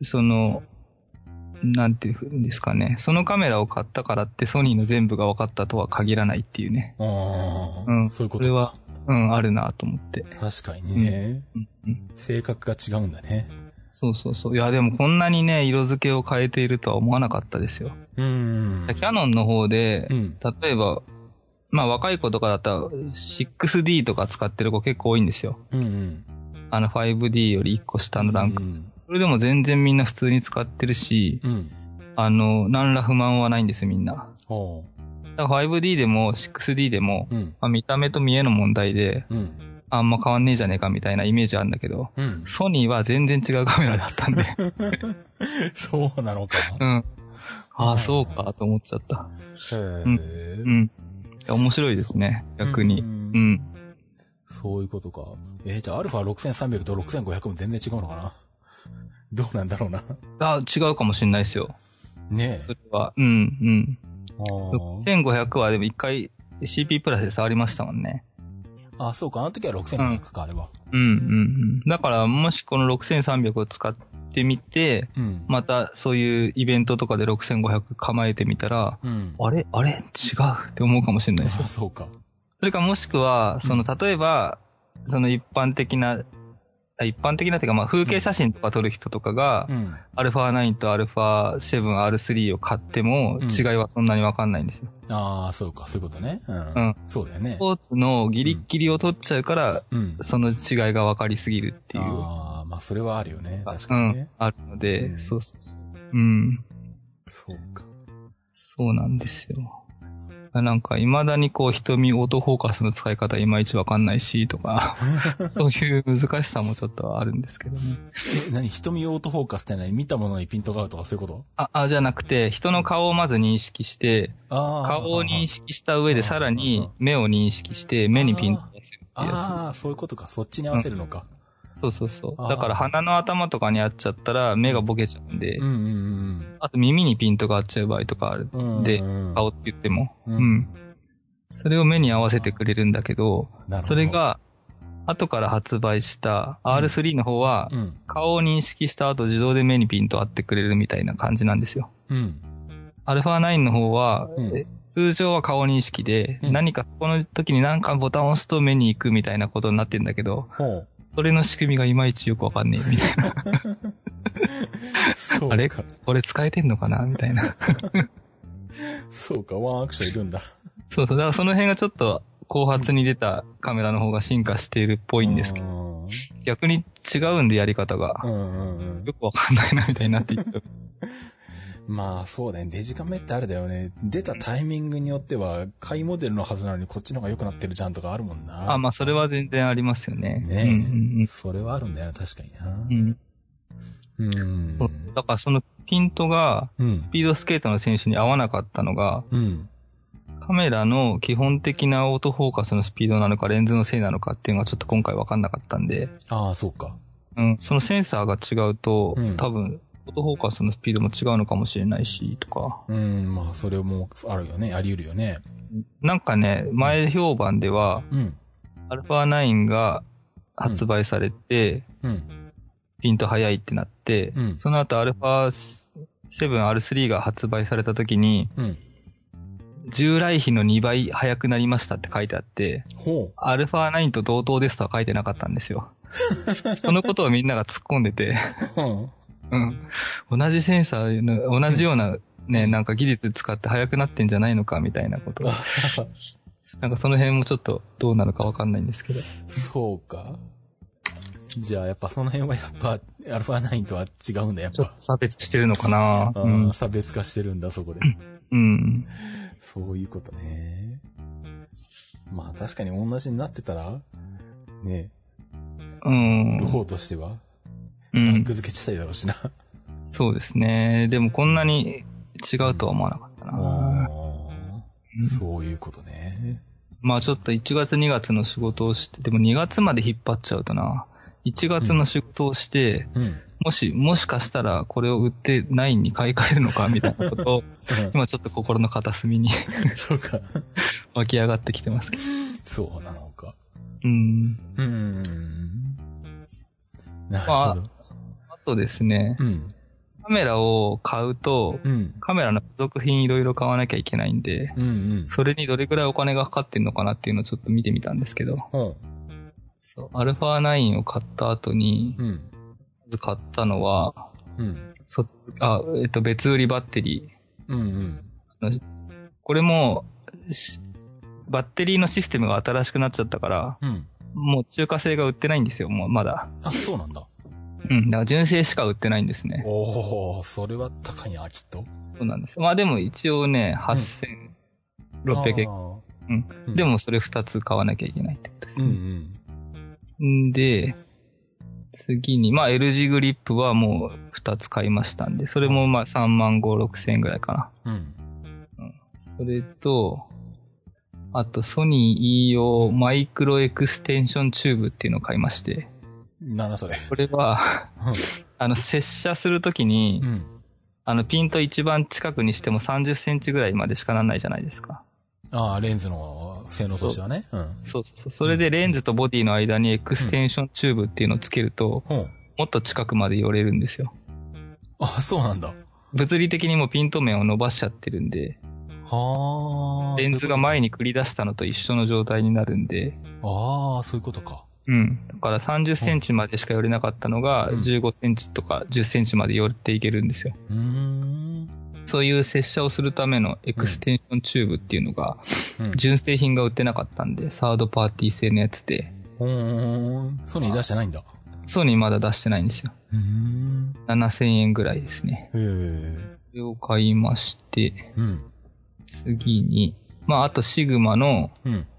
なんていうんですかね。そのカメラを買ったからってソニーの全部が分かったとは限らないっていうね。 そういうことか。 それは、あるなと思って。 確かにね。性格が違うんだね。 そう。いや、でもこんなにね、色付けを変えているとは思わなかったですよ。キャノンの方で、例えば、若い子とかだったら 6D とか使ってる子結構多いんですよ。5D より1個下のランク。それでも全然みんな普通に使ってるし、何ら不満はないんですよ、みんな。だから 5D でも 6D でも、見た目と見えの問題で、あんま変わんねえじゃねえかみたいなイメージあるんだけど、ソニーは全然違うカメラだったんで。 そうなのか。 そうかと思っちゃった。面白いですね、逆に。 そういうことか。じゃあ、アルファ6300と6500も全然違うのかな？ どうなんだろうな。 違うかもしれないですよ。 ねえ。 それは、6500はでも一回 CP プラスで触りましたもんね。 そうか。あの時は6500か、あれは。 だから、もしこの6300を使ってみて、またそういうイベントとかで6500構えてみたら、あれ違うって思うかもしれないですよ。 そうか。 それかもしくは、例えば、一般的なっていうか、まあ、風景写真とか撮る人とかが、α9 と α7R3 を買っても、違いはそんなにわかんないんですよ。 そうか、そういうことね。そうだよね。 スポーツのギリッギリを取っちゃうから、その違いがわかりすぎるっていう。 まあ、それはあるよね。確かにね。 あるので、そうそうそう。 そうか。 そうなんですよ。なんか、未だに瞳オートフォーカスの使い方いまいちわかんないし、とか、そういう難しさもちょっとあるんですけどね。 瞳オートフォーカスって何？見たものにピントが合うとかそういうこと？ じゃなくて、人の顔をまず認識して、顔を認識した上でさらに目を認識して、目にピントを合わせるってやつ。 そういうことか。そっちに合わせるのか。 そうそうそう。だから鼻の頭とかに合っちゃったら目がボケちゃうんで、あと耳にピントが合っちゃう場合とかあるんで、顔って言っても、それを目に合わせてくれるんだけど、それが後から発売した R3 の方は、顔を認識した後自動で目にピント合ってくれるみたいな感じなんですよ。α9 の方は、通常は顔認識で、何かそこの時に何かボタンを押すと目に行くみたいなことになってるんだけど、それの仕組みがいまいちよくわかんねえみたいな。あれこれ使えてんのかなみたいな。 そうか、ワンアクションいるんだ。 そうそう、だからその辺がちょっと後発に出たカメラの方が進化しているっぽいんですけど、逆に違うんでやり方が、よくわかんないなみたいになっていっちゃう。 まあそうだね。デジカメってあれだよね。出たタイミングによっては、買いモデルのはずなのにこっちの方が良くなってるじゃんとかあるもんな。 まあそれは全然ありますよね。 ねえ。それはあるんだよな、確かにな。 だからそのピントが、スピードスケートの選手に合わなかったのが、カメラの基本的なオートフォーカスのスピードなのかレンズのせいなのかっていうのがちょっと今回分かんなかったんで。 そうか。 そのセンサーが違うと、多分、オートフォーカスのスピードも違うのかもしれないし、とか。 まあ、それもあるよね。あり得るよね。 なんかね、前評判では、α9 が発売されて、ピント速いってなって、その後 α7R3 が発売された時に、従来比の2倍速くなりましたって書いてあって、α9 と同等ですとは書いてなかったんですよ。そのことをみんなが突っ込んでて、同じセンサーの、同じようなね、なんか技術使って速くなってんじゃないのかみたいなことを。なんかその辺もちょっとどうなのかわかんないんですけど。 そうか。じゃあやっぱその辺はやっぱ α9 とは違うんだやっぱ。 差別してるのかな。 差別化してるんだそこで。そういうことね。まあ確かに同じになってたら、ね。方としては、ランク付けしたいだろうしな。 そうですね。でもこんなに違うとは思わなかったな。 そういうことね。 まあちょっと1月2月の仕事をして、でも2月まで引っ張っちゃうとな。1月の仕事をして、もしかしたらこれを売って9に買い替えるのかみたいなことを、今ちょっと心の片隅にそうか湧き上がってきてますけど。 そうなのか。 なるほど。あとですね、カメラを買うと、カメラの付属品いろいろ買わなきゃいけないんで、それにどれくらいお金がかかってんのかなっていうのをちょっと見てみたんですけど、α9 を買った後に、まず買ったのは、別売りバッテリー。これも、バッテリーのシステムが新しくなっちゃったから、もう中華製が売ってないんですよ、もうまだ。 そうなんだ。 だから純正しか売ってないんですね。 それは高いな、きっと。 そうなんです。まあでも一応ね、8600円。でもそれ2つ買わなきゃいけないってことですね。で、次に、まあ L 字グリップはもう2つ買いましたんで、それもまあ3万5、6千円ぐらいかな。それと、あとソニー E 用マイクロエクステンションチューブっていうのを買いまして。 なんだそれ。 これは、接写するときに、ピント一番近くにしても30センチぐらいまでしかならないじゃないですか。 ああ、レンズの性能としてはね。 そう。それでレンズとボディの間にエクステンションチューブっていうのをつけると、もっと近くまで寄れるんですよ。 あ、そうなんだ。 物理的にもピント面を伸ばしちゃってるんで、レンズが前に繰り出したのと一緒の状態になるんで。 ああ、そういうことか。 だから30センチまでしか寄れなかったのが、15センチとか10センチまで寄っていけるんですよ。そういう接写をするためのエクステンションチューブっていうのが、純正品が売ってなかったんで、サードパーティー製のやつで。 ソニー出してないんだ。 ソニーまだ出してないんですよ。7000円ぐらいですね。 それを買いまして、次に、あとシグマの、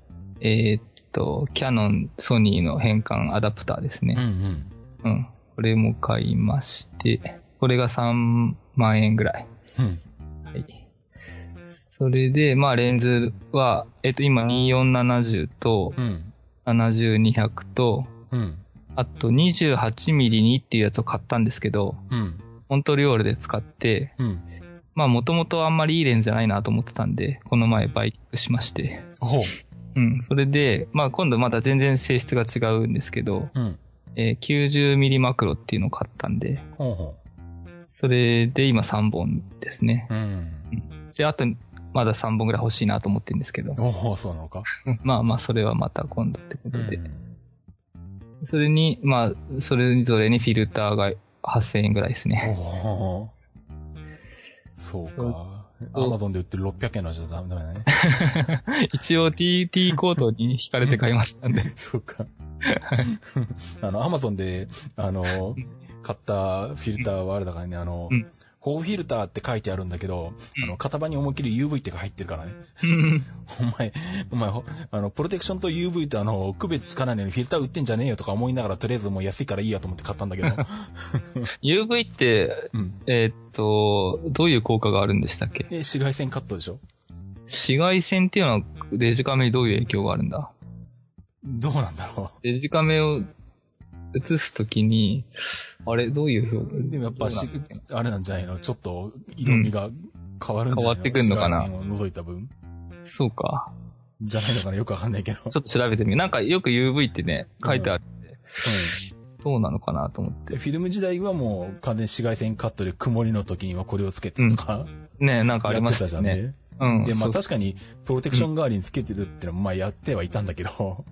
キヤノン、ソニーの変換アダプターですね。これも買いまして、これが3万円ぐらい。はい。それで、レンズは、今2470と、70-200と、あと 28mm2 っていうやつを買ったんですけど、モントリオールで使って、もともとあんまりいいレンズじゃないなと思ってたんで、この前売却しまして。それで、今度また全然性質が違うんですけど、90mm マクロっていうのを買ったんで、それで今3本ですね。で、あとまだ3本ぐらい欲しいなと思ってるんですけど。 そうなのか。 それはまた今度ってことで。それに、それぞれにフィルターが8000円ぐらいですね。 そうか。アマゾンで売ってる600円のじゃダメだね。 一応 T コードに惹かれて買いましたんで。 そうか。アマゾンで、買ったフィルターはあれだからね、保護フィルターって書いてあるんだけど、型番に思いっきり UV って入ってるからね。お前、プロテクションと UV と区別つかないのにフィルター売ってんじゃねえよとか思いながら、とりあえずもう安いからいいやと思って買ったんだけど。 UV って、どういう効果があるんでしたっけ？ 紫外線カットでしょ？ 紫外線っていうのはデジカメにどういう影響があるんだ？ どうなんだろう。 デジカメを映すときに、あれどういう表現？ でもやっぱあれなんじゃないの？ちょっと色味が変わるんじゃないの？ 変わってくんのかな？ 紫外線を除いた分。 そうか。 じゃないのかな？よくわかんないけど。 ちょっと調べてみる。なんかよく UV ってね、書いてあるんで。どうなのかなと思って。 フィルム時代はもう完全に紫外線カットで曇りの時にはこれをつけてとか。 ね、なんかありましたね。 で、確かにプロテクション代わりにつけてるってのもやってはいたんだけど。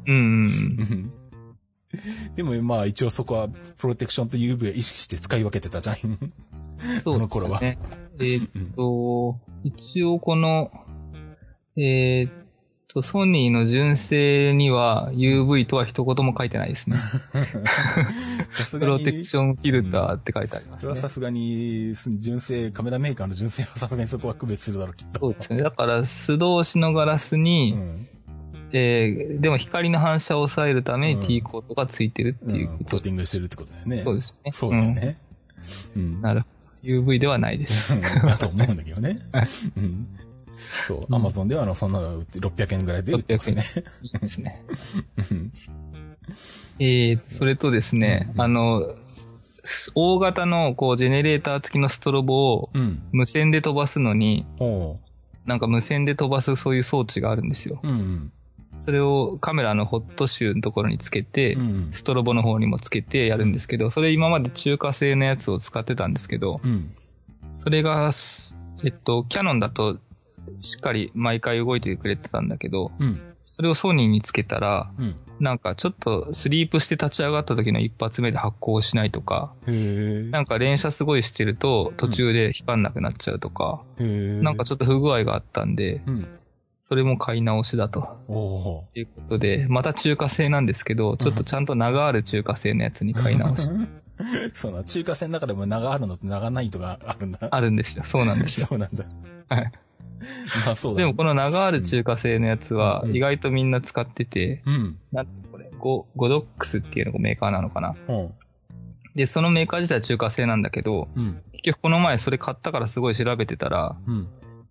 でも一応そこはプロテクションと UV を意識して使い分けてたじゃん。 そうですね。 この頃は。 一応この、ソニーの純正には UV とは一言も書いてないですね。プロテクションフィルターって書いてありますね。 それはさすがに、純正、カメラメーカーの純正はさすがにそこは区別するだろう、きっと。 そうですね。だから素通しのガラスに、でも光の反射を抑えるために T コートがついてるっていうこと。 コーティングしてるってことだよね。 そうですね。 そうだよね。 なるほど。UV ではないです。 だと思うんだけどね。そう。アマゾンではそんなの売って600円ぐらいで売ってますね。 いいですね。それとですね、大型のジェネレーター付きのストロボを無線で飛ばすのに、なんか無線で飛ばすそういう装置があるんですよ。それをカメラのホットシューのところにつけて、ストロボの方にもつけてやるんですけど、それ今まで中華製のやつを使ってたんですけど、それが、キヤノンだとしっかり毎回動いてくれてたんだけど、それをソニーにつけたら、なんかちょっとスリープして立ち上がった時の一発目で発光しないとか、なんか連射すごいしてると途中で光んなくなっちゃうとか、なんかちょっと不具合があったんで、それも買い直しだと。いうことで、また中華製なんですけど、ちょっとちゃんと長ある中華製のやつに買い直して。 そうな、中華製の中でも長あるのと長ないとかあるんだ。 あるんですよ。そうなんですよ。 そうなんだ。 はい。 そうだね。 でもこの長ある中華製のやつは意外とみんな使ってて、なんてこれ、ゴドックスっていうのがメーカーなのかな。で、そのメーカー自体は中華製なんだけど、結局この前それ買ったからすごい調べてたら、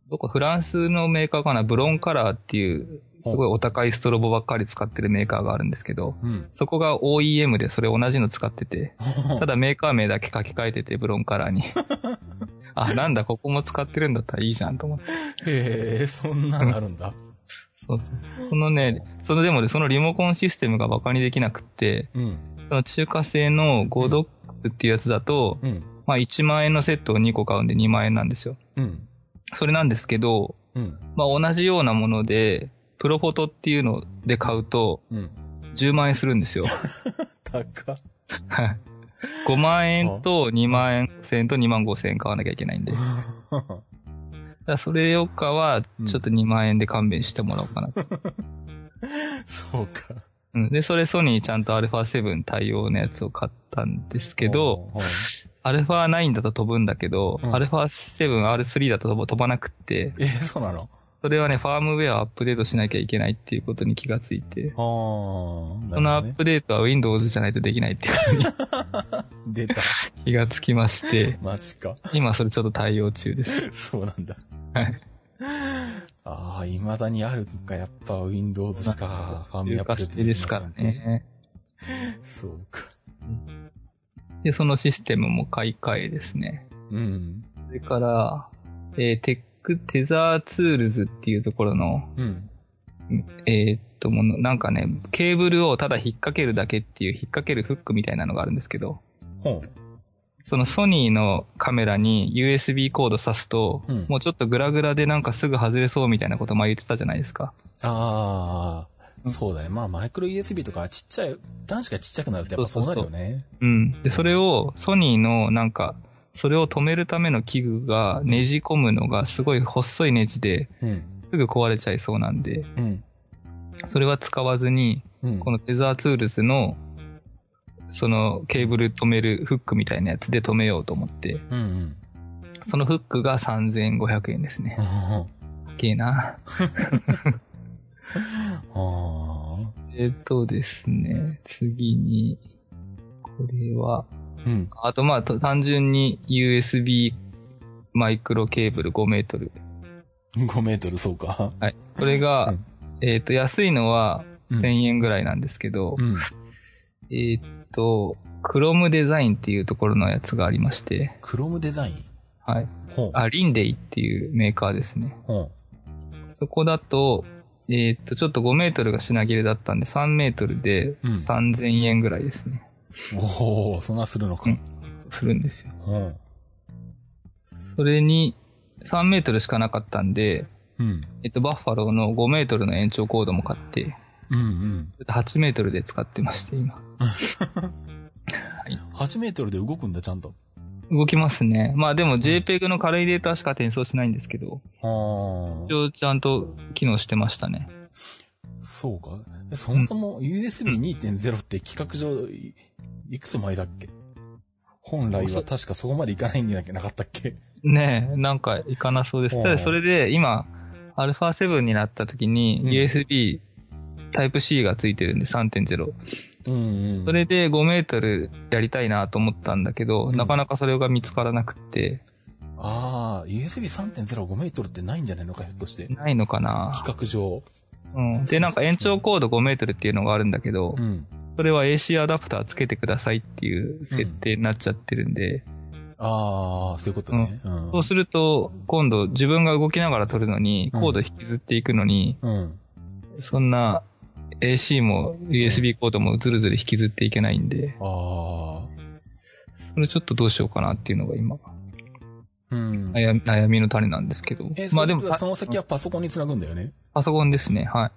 どこフランスのメーカーかな、ブロンカラーっていう、すごいお高いストロボばっかり使ってるメーカーがあるんですけど、そこが OEM でそれ同じの使ってて、ただメーカー名だけ書き換えてて、ブロンカラーに。あ、なんだ、ここも使ってるんだったらいいじゃんと思って。 へえ、そんなのあるんだ。 そうそう。そのリモコンシステムがバカにできなくって、その中華製のゴドックスっていうやつだと、まあ1万円のセットを2個買うんで2万円なんですよ。それなんですけど、まあ同じようなもので、プロフォトっていうので買うと、10万円するんですよ。 高っ。 はい。5万円と2万円と2万5千円買わなきゃいけないんで。だからそれよかは、ちょっと2万円で勘弁してもらおうかな。 そうか。 で、それソニーちゃんと α7 対応のやつを買ったんですけど、α9 だと飛ぶんだけど、α7、R3 だと飛ばなくって。 そうなの？ それはね、ファームウェアをアップデートしなきゃいけないっていうことに気がついて。そのアップデートは Windows じゃないとできないっていうことに出た。 気がつきまして。 マジか。 今それちょっと対応中です。 そうなんだ。 はい。 未だにあるんか、やっぱ Windows しかファームウェアアップデートできませんですからね。 そうか。 で、そのシステムも買い替えですね。それから、テザーツールズっていうところの、なんかね、ケーブルをただ引っ掛けるだけっていう引っ掛けるフックみたいなのがあるんですけど、そのソニーのカメラに USB コード挿すと、もうちょっとグラグラでなんかすぐ外れそうみたいなこと前言ってたじゃないですか。 そうだね。まあマイクロ USB とかちっちゃい、端子がちっちゃくなるとやっぱそうなるよね。 で、それをソニーのなんか、それを止めるための器具がねじ込むのがすごい細いネジで、すぐ壊れちゃいそうなんで、それは使わずに、このテザーツールズの、そのケーブル止めるフックみたいなやつで止めようと思って、そのフックが3500円ですね。高えな。ですね、次に、これは、あと単純に USB マイクロケーブル5メートル。 5メートル、そうか。 はい。これが、安いのは1000円ぐらいなんですけど、クロムデザインっていうところのやつがありまして。 クロムデザイン？ はい。リンデイっていうメーカーですね。そこだと、ちょっと5メートルが品切れだったんで3メートルで3000円ぐらいですね。 そんなするのか。 するんですよ。それに3メートルしかなかったんで、バッファローの5メートルの延長コードも買って、8メートルで使ってまして、今。 8メートルで動くんだ、ちゃんと。 動きますね。まあでも JPEG の軽いデータしか転送しないんですけど、一応ちゃんと機能してましたね。 そうか。そもそも USB2.0 って規格上、いくつ前だっけ？本来は確かそこまでいかないんじゃなかったっけ？ ねえ、なんかいかなそうです。ただそれで今、α7 になった時に USB Type-C がついてるんで 3.0。それで5メートルやりたいなと思ったんだけど、なかなかそれが見つからなくって。 USB 3.0 5メートルってないんじゃないのか、ひょっとして。 ないのかな。 規格上。 で、なんか延長コード5メートルっていうのがあるんだけど、それは AC アダプターつけてくださいっていう設定になっちゃってるんで。 そういうことね。 そうすると、今度自分が動きながら撮るのに、コード引きずっていくのに、そんな AC も USB コードもずるずる引きずっていけないんで、それちょっとどうしようかなっていうのが今、悩みの種なんですけど。 まあでもその先はパソコンにつなぐんだよね。 パソコンですね、はい。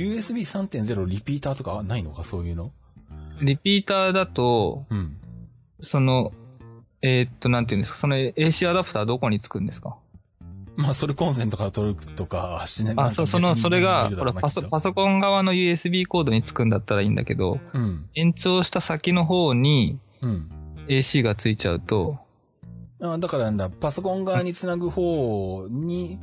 USB 3.0 リピーターとかないのか、そういうの。 リピーターだと、その、なんていうんですか、その AC アダプターどこにつくんですか？ まあ、それコンセントから取るとか、 それが、ほら、パソコン側の USB コードにつくんだったらいいんだけど、延長した先の方に、AC がついちゃうと、 だからパソコン側につなぐ方に、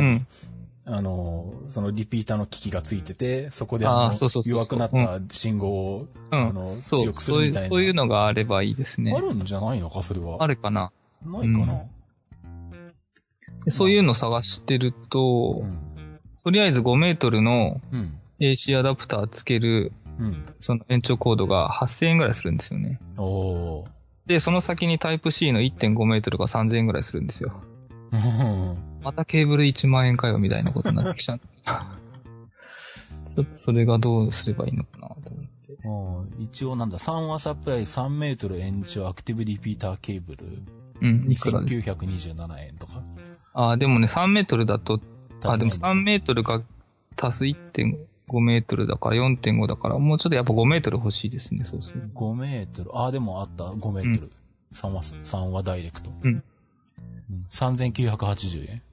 そのリピーターの機器がついてて、そこで弱くなった信号を、強くするみたいな。 そういうのがあればいいですね。 あるんじゃないのか、それは。 あるかな。 ないかな。 そういうの探してると、とりあえず5メートルの AC アダプターつける、その延長コードが8000円ぐらいするんですよね。で、その先にタイプ C の 1.5 メートルが3000円ぐらいするんですよ。またケーブル1万円かよみたいなことになってきちゃう。ちょっとそれがどうすればいいのかなと思って。 一応なんだ、3話サプライ3メートル延長アクティブリピーターケーブル。2927円とか。 でもね、3メートルだと、でも3メートルが足す 1.5 メートルだから 4.5 だから、もうちょっとやっぱ5メートル欲しいですね、そうする。 5メートル。でもあった、5メートル。3話ダイレクト。3980円。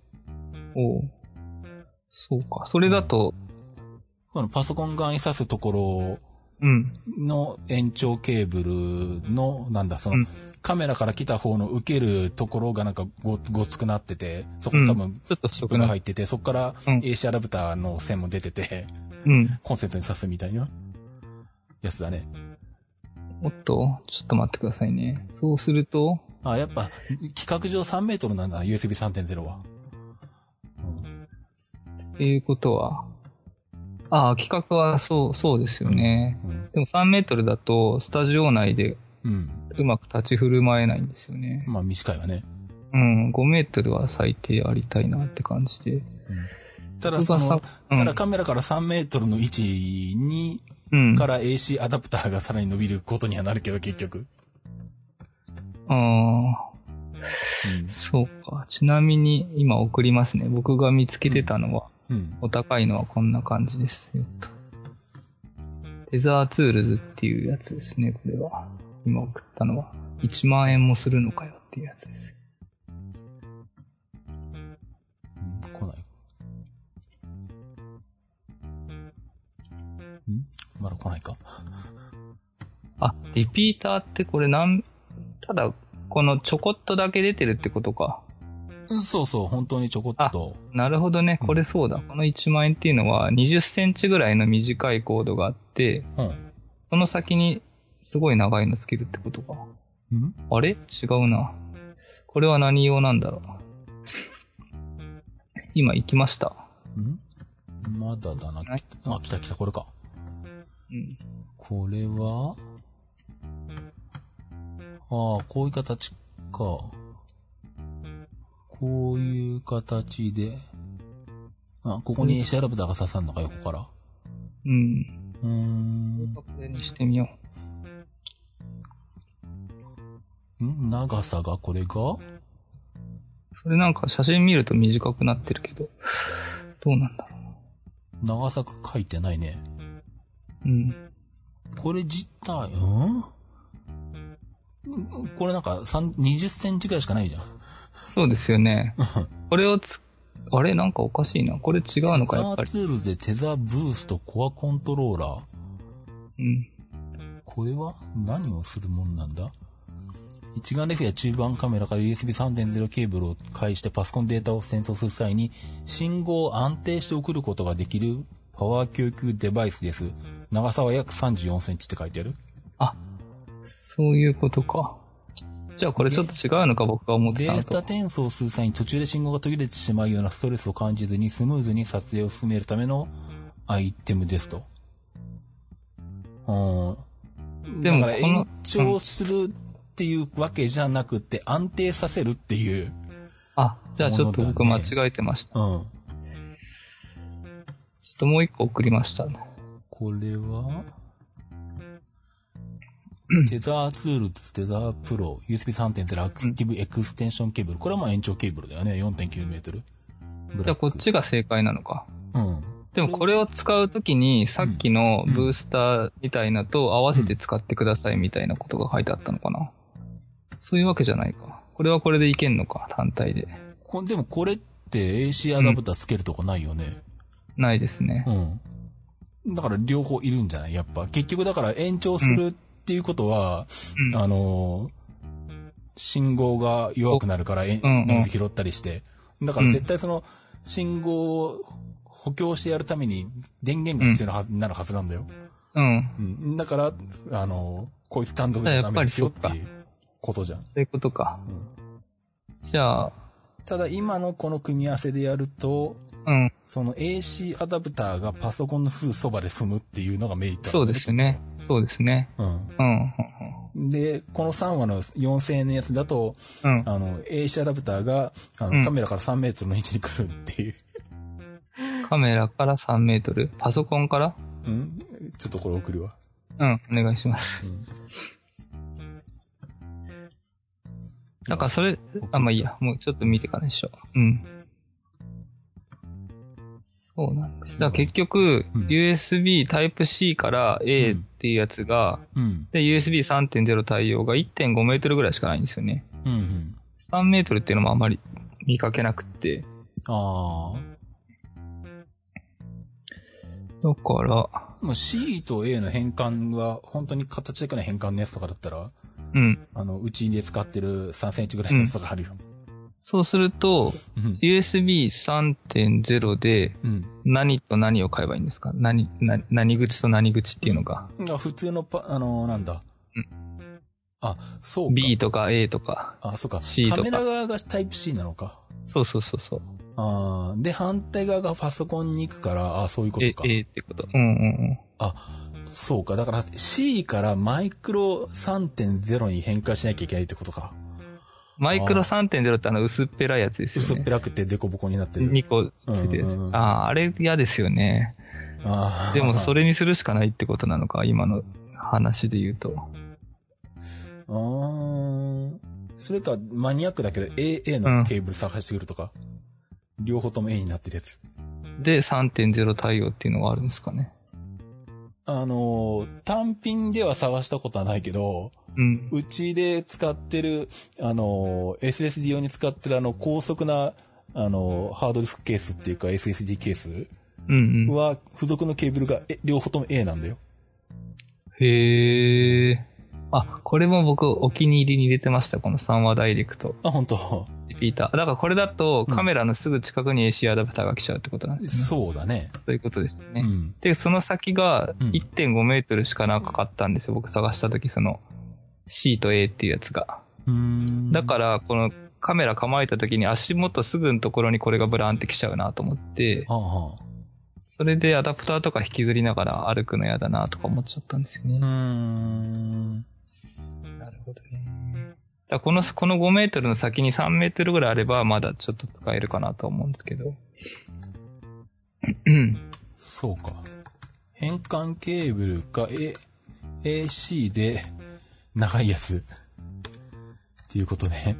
そうか。それだと、 このパソコン側に挿すところの延長ケーブルの、カメラから来た方の受けるところがなんかごつくなってて、そこに多分チップが入ってて、そこから AC アダプターの線も出てて、コンセントに挿すみたいなやつだね。 ちょっと待ってくださいね。そうすると、 やっぱ規格上3メートルなんだ、USB 3.0 は。 っていうことは、規格はそうですよね。でも3メートルだと、スタジオ内で、うまく立ち振る舞えないんですよね。 短いわね。 5メートルは最低ありたいなって感じで。 ただカメラから3メートルの位置に、から AC アダプターがさらに伸びることにはなるけど、結局。 そうか。ちなみに、今送りますね。僕が見つけてたのは、お高いのはこんな感じですよと。テザーツールズっていうやつですね、これは。今送ったのは。1万円もするのかよっていうやつです。 来ない。まだ来ないか。 リピーターってこれただ、このちょこっとだけ出てるってことか。 そうそう、本当にちょこっと。 なるほどね。これそうだ。この1万円っていうのは20センチぐらいの短いコードがあって、その先にすごい長いのつけるってことか。あれ違うな。これは何用なんだろう。今行きました。 まだだな。来た、これか。これはこういう形か。こういう形で。ここにACアダプターが刺さるのか、横から。 これにしてみよう。長さがこれがそれなんか写真見ると短くなってるけど、どうなんだろう。長さ書いてないね。これ自体、これなんか20センチくらいしかないじゃん。 そうですよね。これをなんかおかしいな。これ違うのか、やっぱり。 テザーツールでテザーブーストコアコントローラー。これは何をするもんなんだ？一眼レフや中盤カメラから USB 3.0 ケーブルを介してパソコンデータを転送する際に信号を安定して送ることができるパワー供給デバイスです。長さは約34センチって書いてある。 そういうことか。じゃあこれちょっと違うのか、僕が思ってたのと。 データ転送する際に途中で信号が途切れてしまうようなストレスを感じずにスムーズに撮影を進めるためのアイテムですと。だから延長するっていうわけじゃなくて安定させるっていう、 じゃあちょっと僕間違えてました。ちょっともう一個送りましたね。 これはテザーツールズ、テザープロ、USB 3.0 アクティブエクステンションケーブル。これは延長ケーブルだよね。4.9 メートル。 じゃあこっちが正解なのか。でもこれを使うときにさっきのブースターみたいなと合わせて使ってくださいみたいなことが書いてあったのかな。そういうわけじゃないか。これはこれでいけんのか、単体で。 でもこれって AC アダプターつけるとこないよね。 ないですね。 だから両方いるんじゃない？やっぱ。結局だから延長するっていうことは、信号が弱くなるからノイズ拾ったりして。だから絶対その信号を補強してやるために電源が必要になるはずなんだよ。だから、こいつ単独じゃダメですよっていうことじゃん。 そういうことか。じゃあ、 ただ今のこの組み合わせでやると、その AC アダプターがパソコンのすぐそばで済むっていうのがメリットなんですね。そうですね。 で、この3話の4000円のやつだと、AC アダプターが、カメラから3メートルの位置に来るっていう。 カメラから3メートル？パソコンから？ ちょっとこれ送るわ。 お願いします。だからそれ、まあいいや。もうちょっと見てからでしょ。そうなんです。だから結局、USB Type-C から A っていうやつが、で、USB 3.0 対応が 1.5 メートルぐらいしかないんですよね。3メートルっていうのもあんまり見かけなくって。だから、 C と A の変換は、本当に形的な変換のやつとかだったら、うちで使ってる3センチぐらいのやつとかあるよ。 そうすると、USB 3.0 で、何と何を買えばいいんですか？何口と何口っていうのが。 普通のなんだ。そうか。 B とか A とか。 そうか。 C とか。 カメラ側がタイプ C なのか。 そう。 で、反対側がパソコンに行くから、そういうことか。 A ってこと。 そうか。だから C からマイクロ 3.0 に変換しなきゃいけないってことか。 マイクロ 3.0 って薄っぺらいやつですよね。 薄っぺらくてデコボコになってる。 2個ついてるやつ。あれ嫌ですよね。でもそれにするしかないってことなのか、今の話で言うと。 それかマニアックだけど AA のケーブル探してくるとか。両方とも A になってるやつ。 で、3.0 対応っていうのがあるんですかね。 単品では探したことはないけど、うちで使ってる、SSD 用に使ってる高速な、ハードディスクケースっていうか SSD ケースは、付属のケーブルが両方とも A なんだよ。 へー。これも僕お気に入りに入れてました、この3話ダイレクト。 本当。 リピーター。だからこれだとカメラのすぐ近くに AC アダプターが来ちゃうってことなんですよね。 そうだね。 そういうことですね。で、その先が 1.5 メートルしかなかったんですよ。僕探した時、その C と A っていうやつが。だから、このカメラ構えた時に足元すぐのところにこれがブラーンって来ちゃうなと思って、それでアダプターとか引きずりながら歩くの嫌だなとか思っちゃったんですよね。なるほどね。だこの5メートルの先に3メートルぐらいあればまだちょっと使えるかなと思うんですけど。 そうか。変換ケーブルか AC で長いやつっていうことね。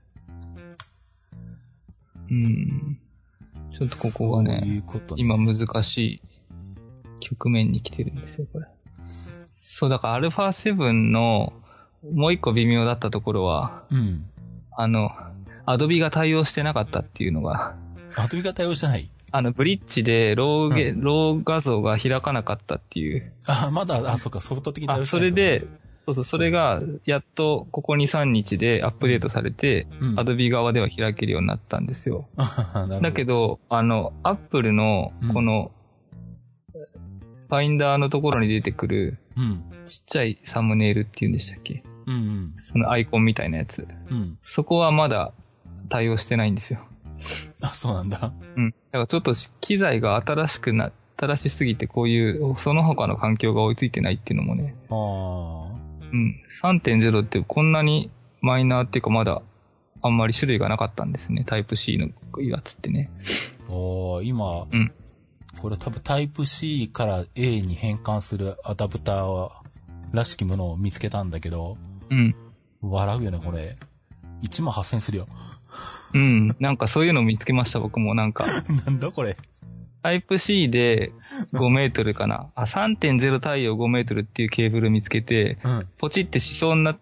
ちょっとここがね、そういうことね、今難しい局面に来てるんですよ、これ。そう、だから α7 のもう一個微妙だったところは、Adobe が対応してなかったっていうのが。 Adobe が対応してない？ ブリッジでロー画像が開かなかったっていう。 まだ、そうか、ソフト的に対応してない。それで、それが、やっと、ここ2、3日でアップデートされて、Adobe 側では開けるようになったんですよ。だけど、Apple の、この、ファインダーのところに出てくる、ちっちゃいサムネイルっていうんでしたっけ？そのアイコンみたいなやつ。そこはまだ対応してないんですよ。 そうなんだ。 だからちょっと機材が新しすぎてこういう、その他の環境が追いついてないっていうのもね。3.0 ってこんなにマイナーっていうかまだあんまり種類がなかったんですね。タイプ C のやつってね。 今、これ多分タイプ C から A に変換するアダプターらしきものを見つけたんだけど、笑うよね、これ。18,000円するよ。 なんかそういうのを見つけました、僕もなんか。 なんだこれ。 タイプ C で5メートルかな。3.0 対応5メートルっていうケーブル見つけて、ポチってしそうになって、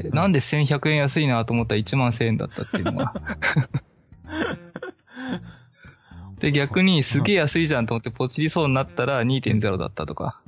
なんで1100円安いなと思ったら11,000円だったっていうのが。で、逆にすげえ安いじゃんと思ってポチりそうになったら 2.0 だったとか。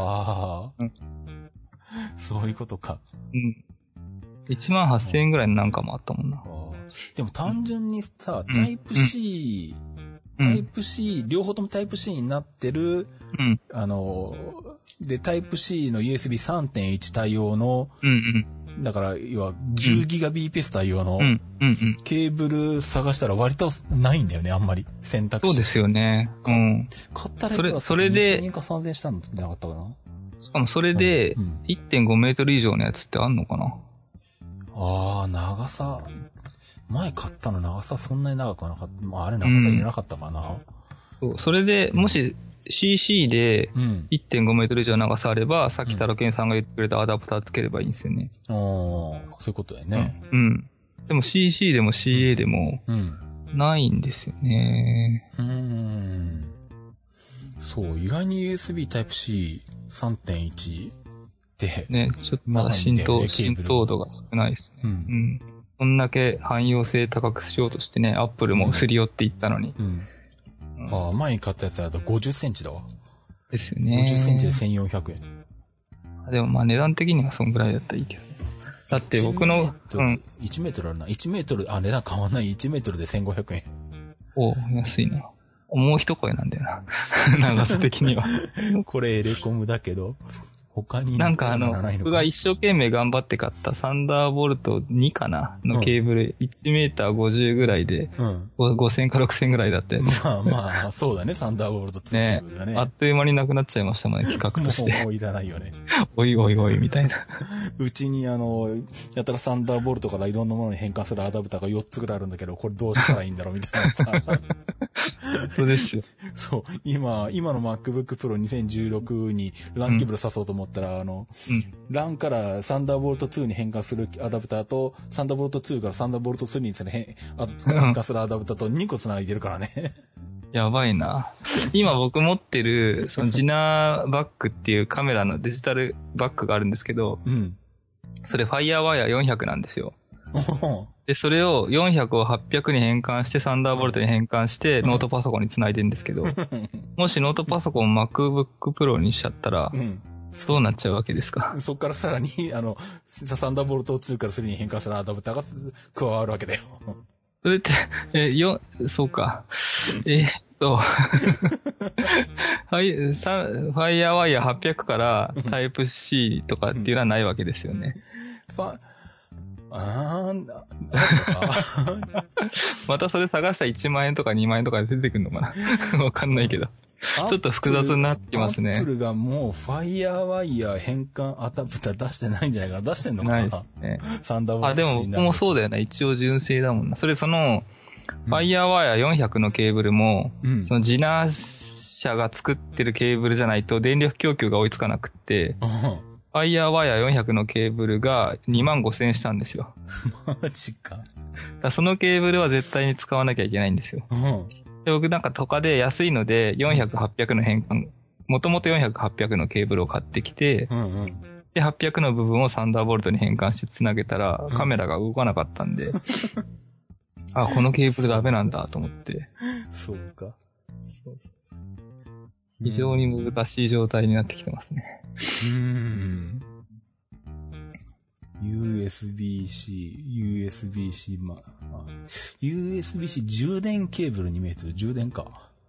そういうことか。 18,000円ぐらいのなんかもあったもんな。 でも単純にさ、タイプ C、タイプ C、両方ともタイプ C になってる、で、タイプ C の USB 3.1 対応の、 だから、要は、10ギガ BPS 対応の、ケーブル探したら割とないんだよね、あんまり。選択肢。 そうですよね。うん。 買ったらそれで、 2000円か3000円したのってなかったかな。 しかもそれで、1.5 メートル以上のやつってあんのかな。 ああ、長さ、前買ったの長さそんなに長くなかった。まあ、あれ長さ入れなかったかな。 そう。それで、もし CC で 1.5 メートル以上長さあれば、さっきタロケンさんが言ってくれたアダプターつければいいんですよね。 そういうことだよね。 でも CC でも CA でも、ないんですよね。 そう、意外に USB Type-C 3.1 で。 ね、ちょっとまだ浸透度が少ないですね。こんだけ汎用性高くしようとしてね、アップルもすり寄っていったのに。 前に買ったやつだと50センチだわ。 ですよね。 50センチで1400円。 でもまあ値段的にはそんぐらいだったらいいけど。だって僕の、 1メートルあるな。1メートル、値段変わんない。1メートルで1500円。 お安いな。もう一声なんだよな。長さ的には。 これエレコムだけど、他になんか僕が一生懸命頑張って買ったサンダーボルト2かなのケーブル、1メーター50ぐらいで、5000か6000ぐらいだったやつ。 まあ、そうだね、サンダーボルト2 ね。あっという間になくなっちゃいましたもんね、企画として。 もういらないよね。 おいおいおい、みたいな。 うちにやたらサンダーボルトからいろんなものに変換するアダプターが4つぐらいあるんだけど、これどうしたらいいんだろうみたいなさ。 そうですよ。 そう、今の MacBook Pro 2016に LAN ケーブル挿そうと思ったら、LAN からサンダーボルト2に変換するアダプターと、サンダーボルト2からサンダーボルト3に変換するアダプターと2個繋いでるからね。 やばいな。今僕持ってる、そのジナーバックっていうカメラのデジタルバックがあるんですけど、それ FireWire 400なんですよ。で、それを400を800に変換して、サンダーボルトに変換して、ノートパソコンに繋いでるんですけど、もしノートパソコンを MacBook Pro にしちゃったら、どうなっちゃうわけですか。 そっからさらに、サンダーボルト2から3に変換するアダプターが加わるわけだよ。 それって、そうか。FireWire800 からタイプ C とかっていうのはないわけですよね。またそれ探したら1万円とか2万円とかで出てくるのかなわかんないけど。ちょっと複雑になってきますね。 アップルがもう FireWire 変換アダプター出してないんじゃないかな。出してんのかな。ないですね。サンダーボルト。 でも僕もそうだよね。一応純正だもんな。それFireWire400 のケーブルも、そのジナー社が作ってるケーブルじゃないと電力供給が追いつかなくって、FireWire400 のケーブルが25,000円したんですよ。 マジか。 そのケーブルは絶対に使わなきゃいけないんですよ。で僕なんか他で安いので400、800の変換、もともと400、800のケーブルを買ってきて、で、800の部分をサンダーボルトに変換して繋げたらカメラが動かなかったんで、このケーブルダメなんだと思って。 そうか。 非常に難しい状態になってきてますね。 USB-C、USB-C 充電ケーブルに見えてる充電か。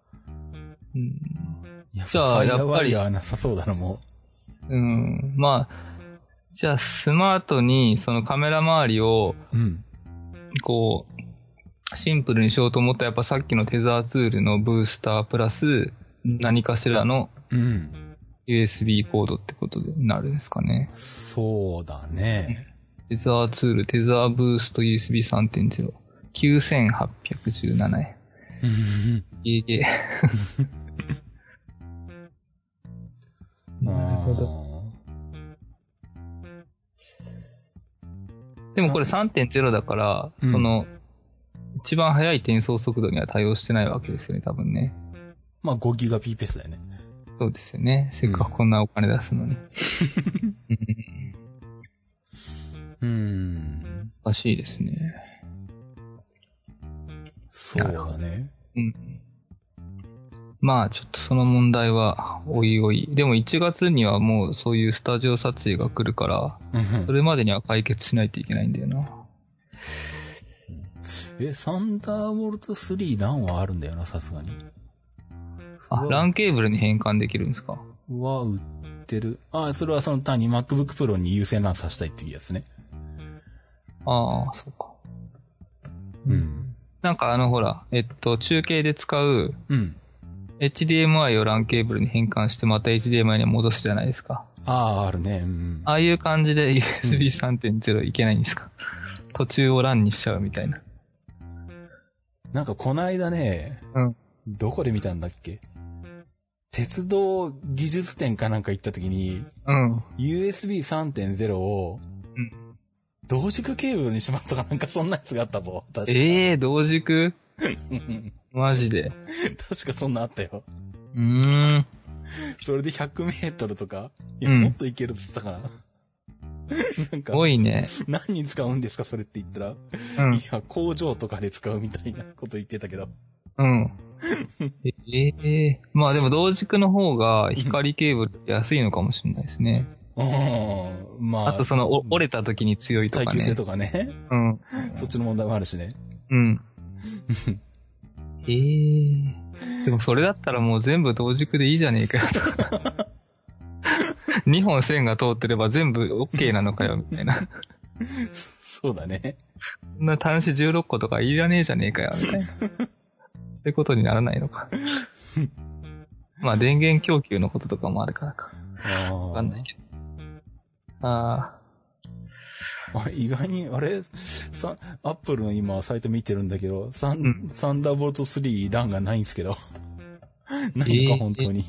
じゃあ、やっぱり。 なさそうだな、もう。まあ、じゃあ、スマートに、そのカメラ周りを、こう、シンプルにしようと思ったら、やっぱさっきのテザーツールのブースタープラス、何かしらの、USB コードってことになるんですかね。 そうだね。 テザーツール、テザーブースト USB 3.0。9817円。なるほど。でもこれ 3.0 だから、その、一番速い転送速度には対応してないわけですよね、多分ね。 まあ 5GBps だよね。 そうですよね。せっかくこんなお金出すのに。難しいですね。 そうだね。 まあちょっとその問題はおいおい。でも1月にはもうそういうスタジオ撮影が来るから、それまでには解決しないといけないんだよな。 サンダーボルト3 LAN はあるんだよな、さすがに。 LAN ケーブルに変換できるんですか？ 売ってる。それはその単に MacBook Pro に有線 LAN させたいっていうやつね。 ああ、そうか。 うん。 なんかほら、中継で使う、 うん。 HDMI を LAN ケーブルに変換してまた HDMI に戻すじゃないですか。 ああ、あるね。うん。 ああいう感じで USB 3.0 いけないんですか？途中を LAN にしちゃうみたいな。 なんかこの間ね、 うん。 どこで見たんだっけ？鉄道技術展かなんか行った時に、 うん。 USB 3.0 を、同軸ケーブルにしますとかなんかそんなやつがあったぞ。確か。 同軸マジで。 確かそんなあったよ。それで100メートルとか、いや、もっといけるって言ったかな。なんか、 多いね。 何に使うんですかそれって言ったら、いや、工場とかで使うみたいなこと言ってたけど。 うん。まあでも同軸の方が光ケーブルって安いのかもしれないですね。 まあ。 あと折れた時に強いとかね。 耐久性とかね。 うん。 そっちの問題もあるしね。 うん。でもそれだったらもう全部同軸でいいじゃねえかよとか。2本線が通ってれば全部 OK なのかよみたいな。 そうだね。 そんな端子16個とかいらねえじゃねえかよみたいな。そういうことにならないのか。まあ電源供給のこととかもあるからか。わかんないけど。 意外に、アップルの今サイト見てるんだけど、サンダーボルト3 LAN がないんですけど。ないのか、本当に。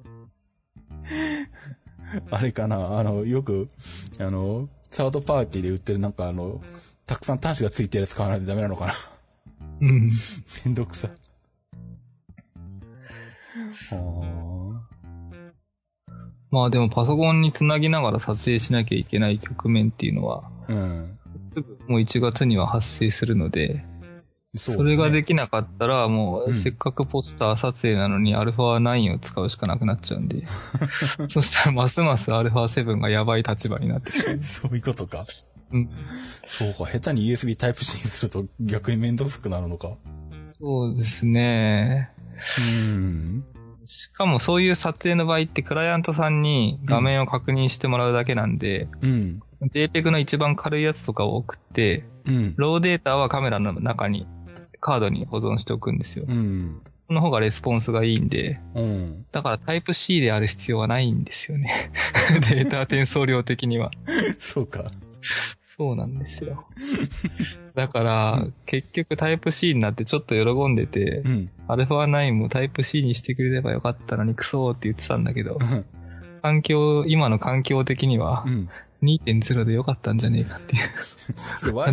あれかな、よく、サードパーティーで売ってるなんかたくさん端子がついてるやつ買わないとダメなのかな。 うん。 めんどくさ。 まあでもパソコンにつなぎながら撮影しなきゃいけない局面っていうのは、すぐもう1月には発生するので、それができなかったらもうせっかくポスター撮影なのに α9 を使うしかなくなっちゃうんで、そしたらますます α7 がやばい立場になってしまう。 そういうことか。 うん。 そうか、下手に USB Type-C にすると逆にめんどくさくなるのか。 そうですね。しかもそういう撮影の場合ってクライアントさんに画面を確認してもらうだけなんで、JPEG の一番軽いやつとかを送って、ローデータはカメラの中に、カードに保存しておくんですよ。その方がレスポンスがいいんで、だからタイプ C である必要はないんですよね。データ転送量的には。 そうか。 そうなんですよ。だから、結局タイプ C になってちょっと喜んでて、α9 もタイプ C にしてくれればよかったのにクソーって言ってたんだけど、今の環境的には、2.0 でよかったんじゃねえかっていう。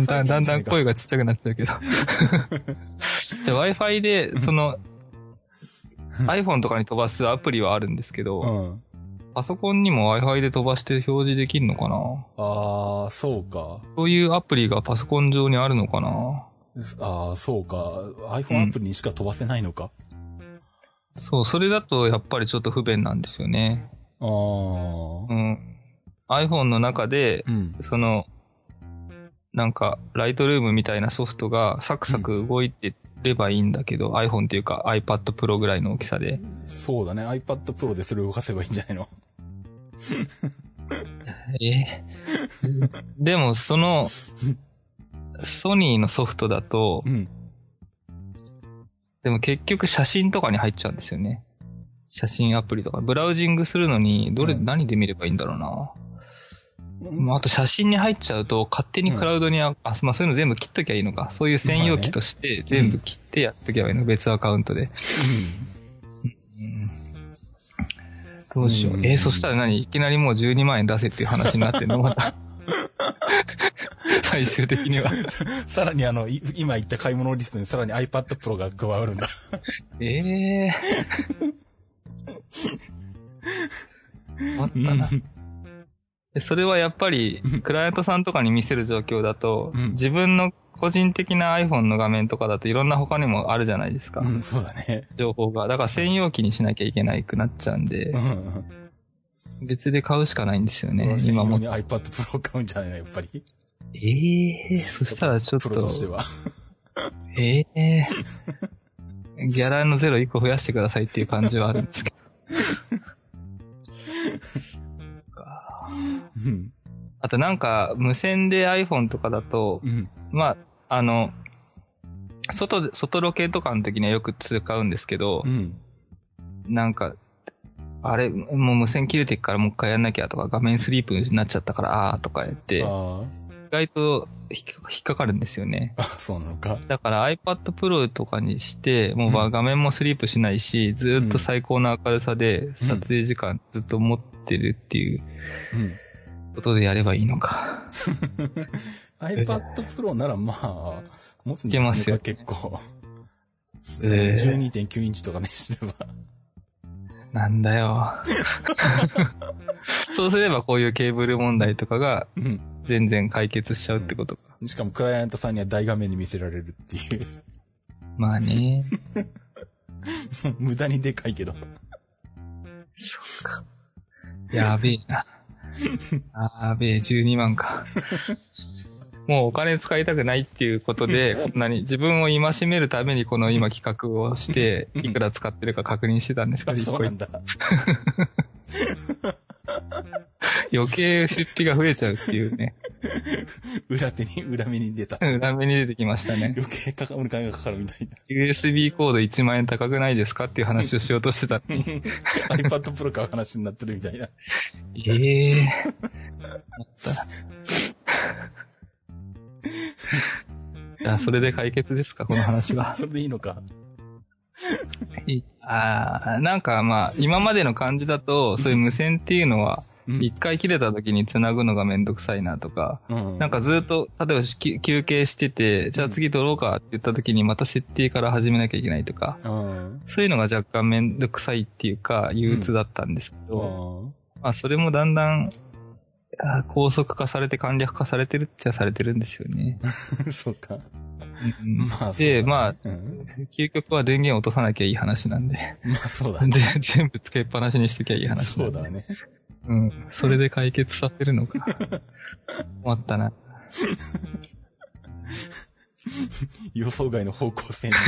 だんだん声がちっちゃくなっちゃうけど。じゃあ Wi-Fi で、iPhone とかに飛ばすアプリはあるんですけど、パソコンにも Wi-Fi で飛ばして表示できるのかな？ ああ、そうか。 そういうアプリがパソコン上にあるのかな？ ああ、そうか。iPhone アプリにしか飛ばせないのか。 そう、それだとやっぱりちょっと不便なんですよね。iPhone の中で、なんか、ライトルームみたいなソフトがサクサク動いてればいいんだけど、iPhone っていうか iPad Pro ぐらいの大きさで。 そうだね。iPad Pro でそれを動かせばいいんじゃないの？ でも、ソニーのソフトだと、でも結局写真とかに入っちゃうんですよね。写真アプリとか。ブラウジングするのに、何で見ればいいんだろうな。あと写真に入っちゃうと、勝手にクラウドにそういうの全部切っときゃいいのか。そういう専用機として全部切ってやっときゃいいの。別アカウントで。どうしよう。そしたらいきなりもう12万円出せっていう話になってんのまた。最終的には。 さらに今言った買い物リストにさらに iPad Pro が加わるんだ。 あったな。それはやっぱり、クライアントさんとかに見せる状況だと、自分の個人的な iPhone の画面とかだといろんな他にもあるじゃないですか。 そうだね。 情報が。だから専用機にしなきゃいけないくなっちゃうんで、別で買うしかないんですよね。 今も。iPad Pro 買うんじゃないの、やっぱり。 そしたらちょっと。 プロとしては。 ギャラのゼロ1個増やしてくださいっていう感じはあるんですけど。 あとなんか、無線で iPhone とかだと、まあ、外ロケとかの時にはよく使うんですけど、なんか、あれ、もう無線切れてからもう一回やんなきゃとか、画面スリープになっちゃったからとかやって、意外と引っかかるんですよね。 あ、そうなのか。 だから iPad Pro とかにして、もう画面もスリープしないし、ずっと最高の明るさで撮影時間ずっと持ってるっていうことでやればいいのか。 iPad Pro ならまあ、持つんじゃないですか結構。12.9 インチとかね、してば。 なんだよ。そうすればこういうケーブル問題とかが全然解決しちゃうってことか。 しかもクライアントさんには大画面に見せられるっていう。 まあね。 無駄にでかいけど。 そっか。やべえな。やべえ、12万か。もうお金使いたくないっていうことで、こんなに自分を戒めるためにこの今企画をして、いくら使ってるか確認してたんですけど、 そうなんだ。 余計出費が増えちゃうっていうね。 裏目に出た。 裏目に出てきましたね。 余計お金がかかるみたいな。 USB コード1万円高くないですかっていう話をしようとしてたのに。 iPad Pro 買う話になってるみたいな。 じゃあ、それで解決ですか、この話は。 それでいいのか。 なんかまあ、今までの感じだと、そういう無線っていうのは、一回切れた時に繋ぐのがめんどくさいなとか、なんかずっと、例えば休憩してて、じゃあ次撮ろうかって言った時にまた設定から始めなきゃいけないとか、そういうのが若干めんどくさいっていうか、憂鬱だったんですけど、まあそれもだんだん、高速化されて簡略化されてるっちゃされてるんですよね。 そうか。 まあ、で、まあ、究極は電源を落とさなきゃいい話なんで。 まあそうだね。 全部つけっぱなしにしときゃいい話なんで。 そうだね。 それで解決させるのか。困ったな。 予想外の方向性に。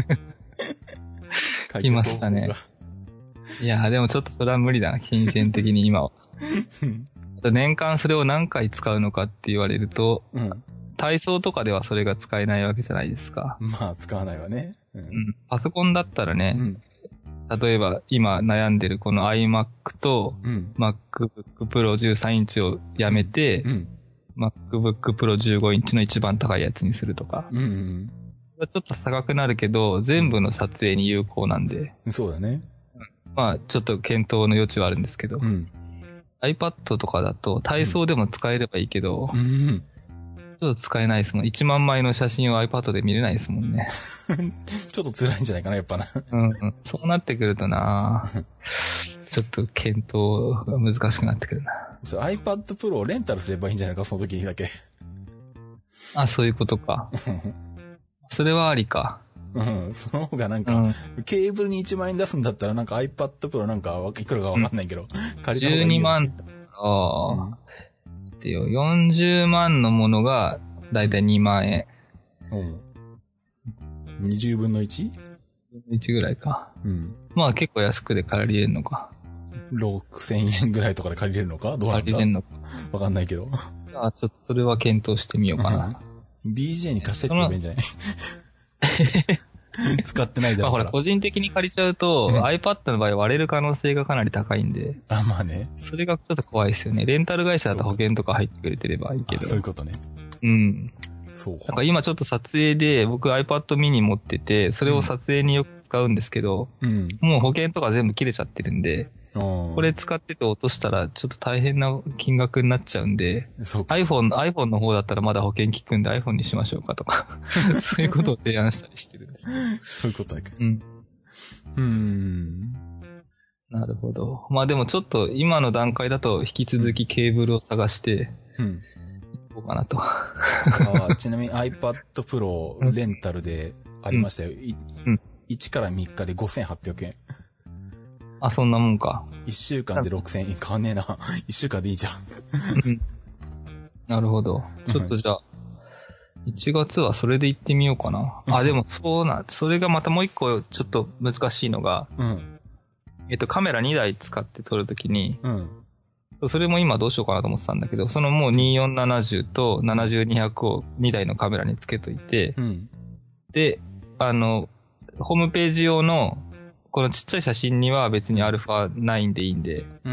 来ましたね。いや、でもちょっとそれは無理だな、金銭的に今は。年間それを何回使うのかって言われると、体操とかではそれが使えないわけじゃないですか。 まあ、使わないわね。 パソコンだったらね、例えば今悩んでるこの iMac と MacBook Pro 13インチをやめて、MacBook Pro 15インチの一番高いやつにするとか。ちょっと高くなるけど、全部の撮影に有効なんで。 そうだね。 まあ、ちょっと検討の余地はあるんですけど。iPad とかだと体操でも使えればいいけど、ちょっと使えないですもん。1万枚の写真を iPad で見れないですもんね。 ちょっと辛いんじゃないかな、やっぱな。 そうなってくるとなちょっと検討が難しくなってくるな。 iPad Pro をレンタルすればいいんじゃないか、その時にだけ。 そういうことか。それはありか。 その方がなんか、ケーブルに1万円出すんだったらなんか iPad Pro なんかいくらかわかんないけど、 借りた方がいい。12万、40万のものがだいたい2万円。 20分の 1？ 1ぐらいか。まあ結構安くで借りれるのか。 6000円ぐらいとかで借りれるのかどうなんだ？ 借りれるのか。 わかんないけど。 ちょっとそれは検討してみようかな。 BJ に貸してって言えばいいんじゃない？使ってないだろうから。 ほら、個人的に借りちゃうと、iPad の場合割れる可能性がかなり高いんで。 まあね。 それがちょっと怖いですよね。レンタル会社だと保険とか入ってくれてればいいけど。 そういうことね。そうか。 なんか今ちょっと撮影で、僕 iPad mini 持ってて、それを撮影によく使うんですけど、もう保険とか全部切れちゃってるんで、これ使ってて落としたらちょっと大変な金額になっちゃうんで、iPhone の方だったらまだ保険効くんで iPhone にしましょうかとか、そういうことを提案したりしてるんです。 そういうことだけど。 なるほど。まあでもちょっと今の段階だと引き続きケーブルを探して、いこうかなと。 ちなみに iPad Pro レンタルでありましたよ。1から3日で5800円。 そんなもんか。 1週間で6000円。変わんねえな。1週間でいいじゃん。 なるほど。ちょっとじゃあ、1月はそれで行ってみようかな。でもそれがまたもう一個ちょっと難しいのが、カメラ2台使って撮るときに、 それも今どうしようかなと思ってたんだけど、そのもう2470と70-200を2台のカメラにつけといて、うん、で、ホームページ用の、このちっちゃい写真には別に α9 でいいんで、うん、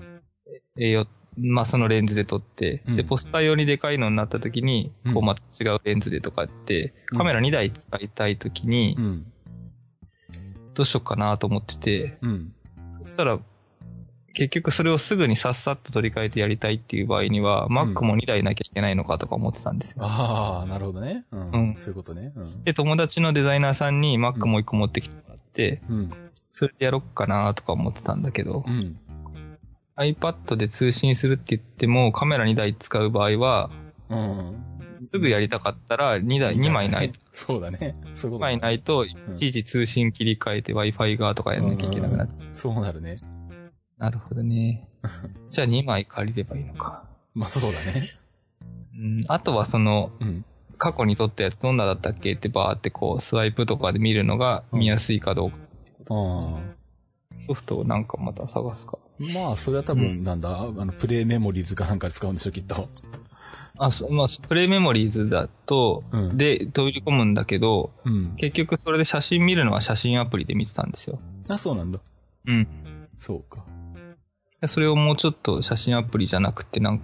まあそのレンズで撮って、で、ポスター用にでかいのになった時に、こうまた違うレンズでとかって、カメラ2台使いたい時に、どうしようかなと思ってて、そしたら、結局それをすぐにさっさっと取り替えてやりたいっていう場合には、Mac も2台なきゃいけないのかとか思ってたんですよ。 ああ、なるほどね。うん。そういうことね。 で、友達のデザイナーさんに Mac もう1個持ってきてもらって、それでやろっかなとか思ってたんだけど、iPad で通信するって言っても、カメラ2台使う場合は、すぐやりたかったら2枚ないと。 そうだね。そういうこと 2枚ないと、いちいち通信切り替えて Wi-Fi がとかやんなきゃいけなくなっちゃう。 そうなるね。 なるほどね。じゃあ2枚借りればいいのか。 まあそうだね。 あとは過去に撮ったやつどんなだったっけってバーってこうスワイプとかで見るのが見やすいかどうかっていうことですね。ソフトをなんかまた探すか。 まあそれは多分プレイメモリーズかなんかで使うんでしょきっと。 まあプレイメモリーズだと、で取り込むんだけど、結局それで写真見るのは写真アプリで見てたんですよ。 あ、そうなんだ。そうか。 それをもうちょっと写真アプリじゃなくてま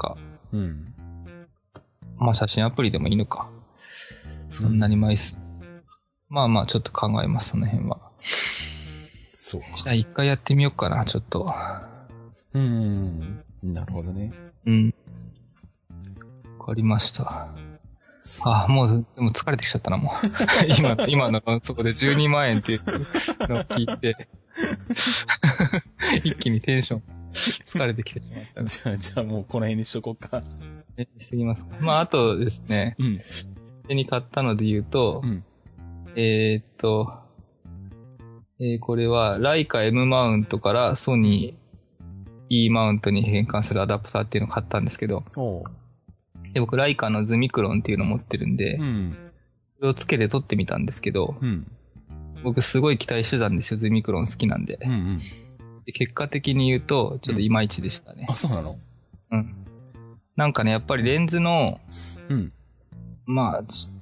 あ写真アプリでもいいのか。そんなに枚数。まあちょっと考えます、その辺は。 そうか。 じゃあ一回やってみようかな、ちょっと。 なるほどね。 わかりました。もう、でも疲れてきちゃったな、もう。今のそこで12万円っていうのを聞いて、一気にテンション、疲れてきてしまった。 じゃあもうこの辺にしとこうか。 しときますか。まあ、あとですね、ついに買ったので言うと、これは、ライカ M マウントからソニー E マウントに変換するアダプターっていうのを買ったんですけど、で僕、ライカのズミクロンっていうのを持ってるんで、それをつけて撮ってみたんですけど、僕すごい期待してたんですよ、ズミクロン好きなんで。で結果的に言うと、ちょっといまいちでしたね。 あ、そうなの？ なんかね、やっぱりレンズの、まあ、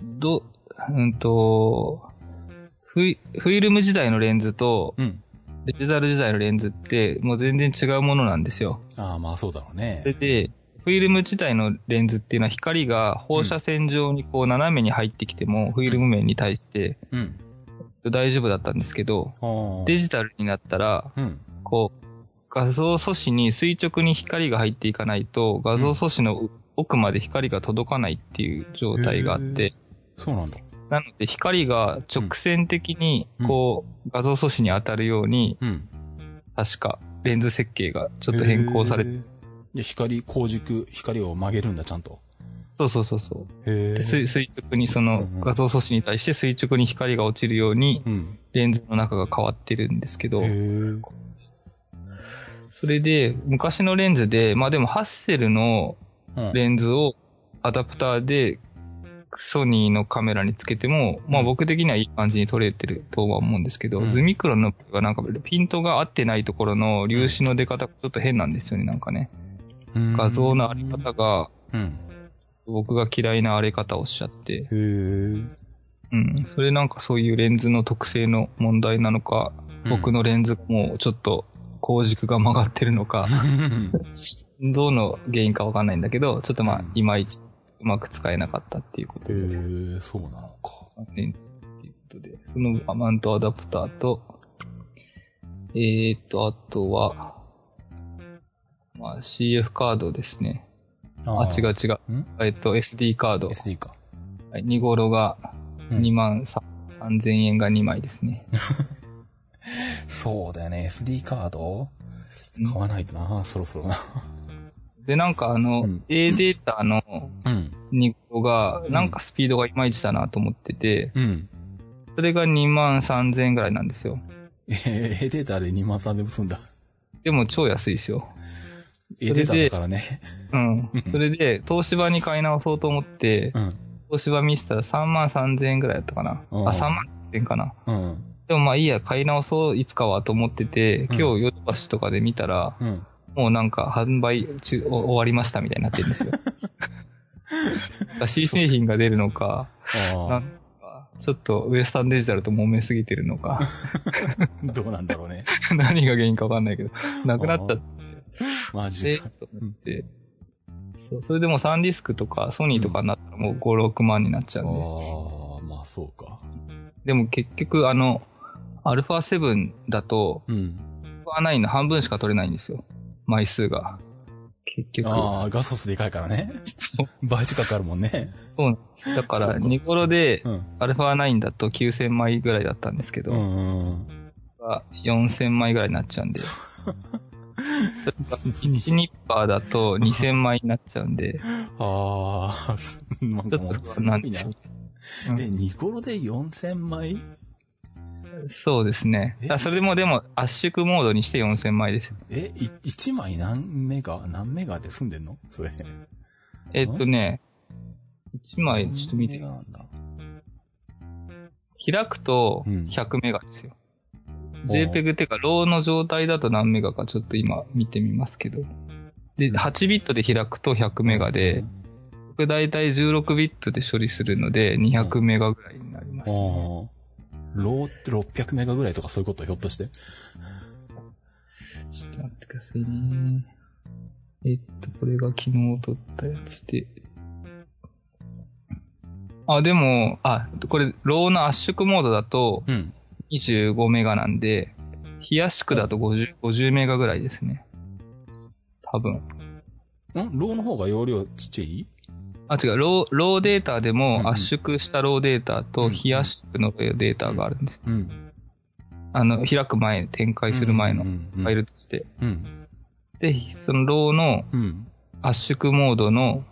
フィルム時代のレンズと、デジタル時代のレンズって、もう全然違うものなんですよ。 ああ、まあそうだろうね。 それで、フィルム自体のレンズっていうのは光が放射線上にこう斜めに入ってきても、フィルム面に対して、大丈夫だったんですけど、デジタルになったら、こう、画像素子に垂直に光が入っていかないと、画像素子の奥まで光が届かないっていう状態があって、 そうなんだ。 なので光が直線的にこう画像素子に当たるように、確かレンズ設計がちょっと変更されて、 で光を曲げるんだちゃんと。 そう。で垂直にその画像素子に対して垂直に光が落ちるようにレンズの中が変わってるんですけど、それで昔のレンズでまあでもハッセルのレンズをアダプターでソニーのカメラにつけても、まあ僕的にはいい感じに撮れてるとは思うんですけど、ズミクロンのはなんかピントが合ってないところの粒子の出方がちょっと変なんですよね、なんかね。画像の荒れ方が、僕が嫌いな荒れ方をしちゃって。それなんかそういうレンズの特性の問題なのか、僕のレンズもちょっと光軸が曲がってるのか、どの原因かわかんないんだけど、ちょっとまあ、いまいちうまく使えなかったっていうことで。 そうなのか。 っていうことで、そのマウントアダプターと、あとは、まあ、CF カードですね。違う。SD カード。 SD か。 はい、2頃が23,000円が2枚ですね。 そうだよね。SD カード買わないとな、そろそろな。 で、なんかA データの2個が、なんかスピードがいまいちだなと思ってて、それが23,000円ぐらいなんですよ。 A データで23,000円済んだ。 でも超安いですよ。 A データだからね。 それで、東芝に買い直そうと思って、東芝見せたら33,000円ぐらいだったかな。33,000円かな。でもまあいいや、買い直そう、いつかはと思ってて、今日ヨドバシとかで見たら、 もうなんか販売終わりましたみたいになってるんですよ。新製品が出るのか、なんかちょっとウエスタンデジタルと揉めすぎてるのか。 どうなんだろうね。 何が原因かわかんないけど、なくなっちゃって。 マジか。 と思って、そう、それでもサンディスクとかソニーとかになったらもう5、6万になっちゃうんで。 まあそうか。 でも結局アルファ7だと、アルファ9の半分しか取れないんですよ。枚数が。結局。 ガソスでかいからね。そう。倍近くあるもんね。 そうなんです。だから、ニコロで、アルファ9だと9000枚ぐらいだったんですけど、4000枚ぐらいになっちゃうんで。1ニッパーだと2000枚になっちゃうんで。 なんかもうすごいな。ニコロで4000枚？ そうですね。それでも圧縮モードにして4000枚です。 1枚何メガで済んでんのそれ。 1枚ちょっと見てみます。開くと100メガですよ。JPEG ってか、ローの状態だと何メガかちょっと今見てみますけど。で、8ビットで開くと100メガで、僕だいたい16ビットで処理するので200メガぐらいになります、ね。 ローって600メガぐらいとかそういうことひょっとして？ ちょっと待ってくださいね。これが昨日撮ったやつで。でも、これ、ローの圧縮モードだと、25メガなんで、冷やしくだと50メガぐらいですね。多分。 ローの方が容量ちっちゃい？ 違う、ローデータでも圧縮したローデータと冷やしくのデータがあるんです。開く前、展開する前のファイルとして。で、そのローの圧縮モードの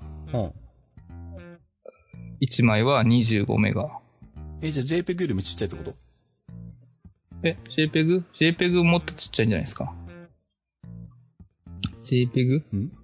1枚は25メガ。 じゃあ JPEG よりもちっちゃいってこと？ JPEG もっとちっちゃいんじゃないですか。JPEG？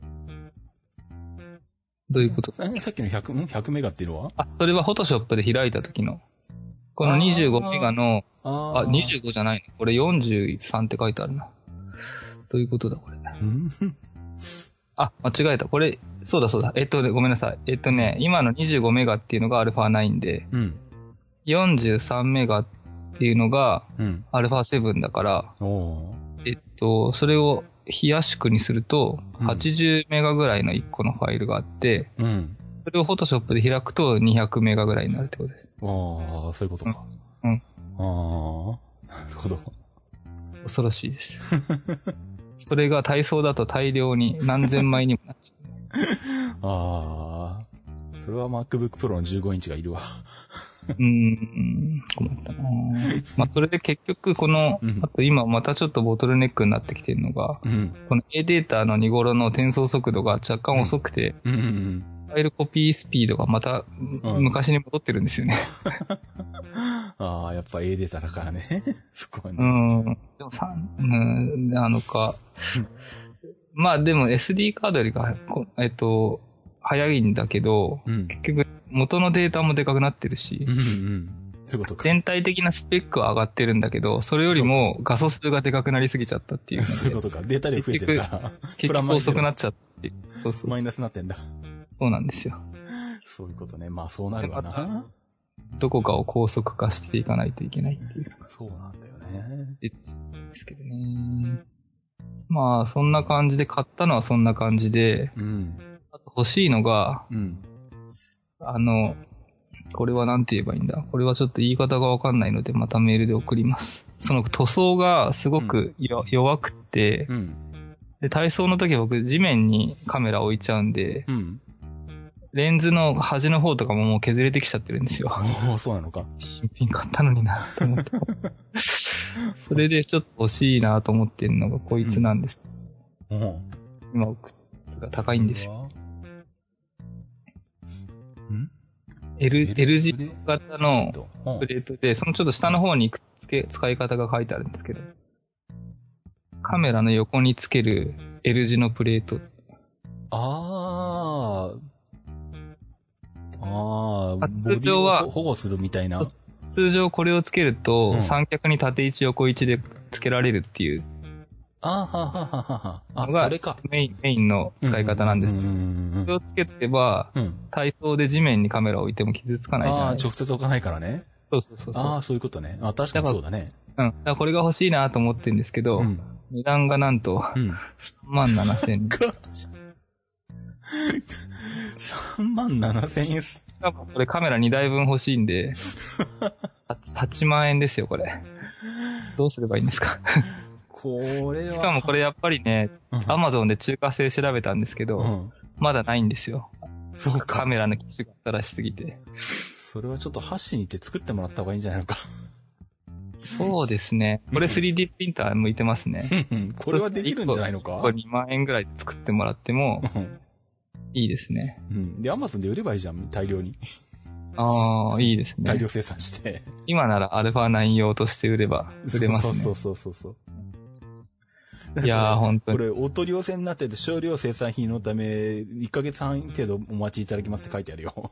どういうこと？ さっきの100メガっていうのは？ それはフォトショップで開いた時の。この25メガの、25じゃないの。これ43って書いてあるな。どういうことだ、これ。間違えた。これ、そうだ。ごめんなさい。今の25メガっていうのが α9 で、43メガっていうのが α7 だから、それを冷やしくにすると、80メガぐらいの1個のファイルがあって、それをフォトショップで開くと200メガぐらいになるってことです。 そういうことか。なるほど。 恐ろしいです。それが体操だと大量に何千枚にもなっちゃう。それは MacBook Pro の15インチがいるわ。 困ったな。それで結局あと今またちょっとボトルネックになってきてるのが、この A データの2頃の転送速度が若干遅くて、ファイルコピースピードがまた昔に戻ってるんですよね。 やっぱ A データだからね。そこはね。 でもでも SD カードよりが、早いんだけど、結局元のデータもでかくなってるし、 そういうことか。 全体的なスペックは上がってるんだけど、それよりも画素数がでかくなりすぎちゃったっていう。 そういうことか。データ量増えてるから。 結局遅くなっちゃって。そう。 マイナスになってんだ。 そうなんですよ。 そういうことね。そうなるわな。 どこかを高速化していかないといけないっていう。 そうなんだよね。 ですけどね。そんな感じで買ったのはそんな感じで、あと欲しいのが、これはなんて言えばいいんだ。これはちょっと言い方がわかんないので、またメールで送ります。その塗装がすごく弱くて、で、体操の時僕地面にカメラ置いちゃうんで、レンズの端の方とかももう削れてきちゃってるんですよ。 そうなのか。 新品買ったのになと思って。それでちょっと欲しいなと思ってるのがこいつなんです。今送ったが高いんですよ。L 字型のプレートで、そのちょっと下の方に使い方が書いてあるんですけど、カメラの横につける L 字のプレート。通常は保護するみたいな。 通常これをつけると、三脚に縦位置横位置でつけられるっていうはははは。あ、 がそれか。 メインの使い方なんですよ。それをつけてば、体操で地面にカメラを置いても傷つかないじゃないですか。 直接置かないからね。 そうそうそう。 そういうことね。確かにそうだね。 だからこれが欲しいなと思ってるんですけど、値段がなんと、37,000円。 37,000円。 しかもこれカメラ2台分欲しいんで、8万円ですよ、これ。どうすればいいんですか？ これは。 しかもこれやっぱりね、Amazon で中華製調べたんですけど、まだないんですよ。 そうか。 カメラの機種が新しすぎて。 それはちょっとハッシーに行って作ってもらった方がいいんじゃないのか。 そうですね。これ 3D プリンター向いてますね。 これはできるんじゃないのか？ これ2万円ぐらいで作ってもらっても、いいですね。 で、Amazon で売ればいいじゃん、大量に。 いいですね。 大量生産して。 今なら α9 用として売れば、売れますね。 そう。 いやー、本当に。 これ、お取り寄せになってて、少量生産品のため、1ヶ月半程度お待ちいただきますって書いてあるよ。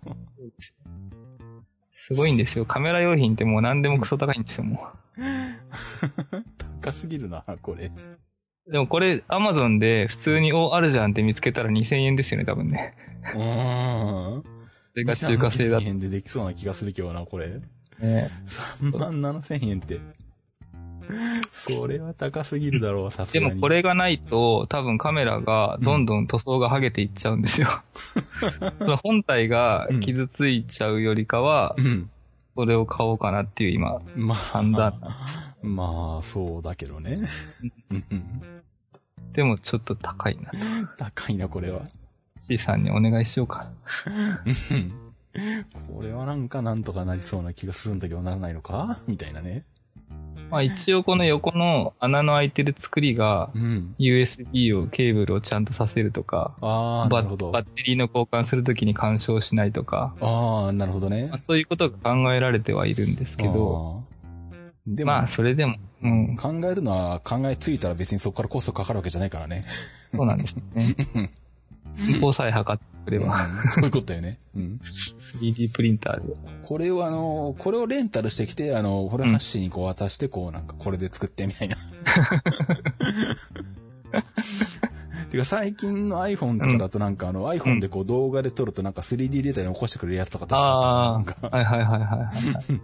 すごいんですよ。カメラ用品ってもう何でもクソ高いんですよ、もう。 高すぎるな、これ。 でもこれ、Amazon で普通に、あるじゃんって見つけたら2000円ですよね、多分ね。それが中華製だ。 2000円でできそうな気がするけどな、これ。 ね、 37,000円って。それは高すぎるだろう、さすがに。 でもこれがないと、多分カメラがどんどん塗装が剥げていっちゃうんですよ。その本体が傷ついちゃうよりかは、それを買おうかなっていう今、判断なんです。 まあ、そうだけどね。 でもちょっと高いな。 高いな、これは。 C さんにお願いしようか。 これはなんとかなりそうな気がするんだけど、ならないのかみたいなね。 まあ一応この横の穴の開いてる作りが、USB を、ケーブルをちゃんとさせるとか、 なるほど。 バッテリーの交換するときに干渉しないとか、 なるほどね。 そういうことが考えられてはいるんですけど、でもまあそれでも、 考えるのは考えついたら別にそこからコストかかるわけじゃないからね。 そうなんですね。寸法さえ測ってくれば。 そういうことだよね。 3D プリンターで。 これをこれをレンタルしてきて、これハッシーにこう渡して、これで作ってみたいな。てか最近の iPhone とかだとiPhone でこう動画で撮ると3D データに起こしてくれるやつとか確かあった。 はい。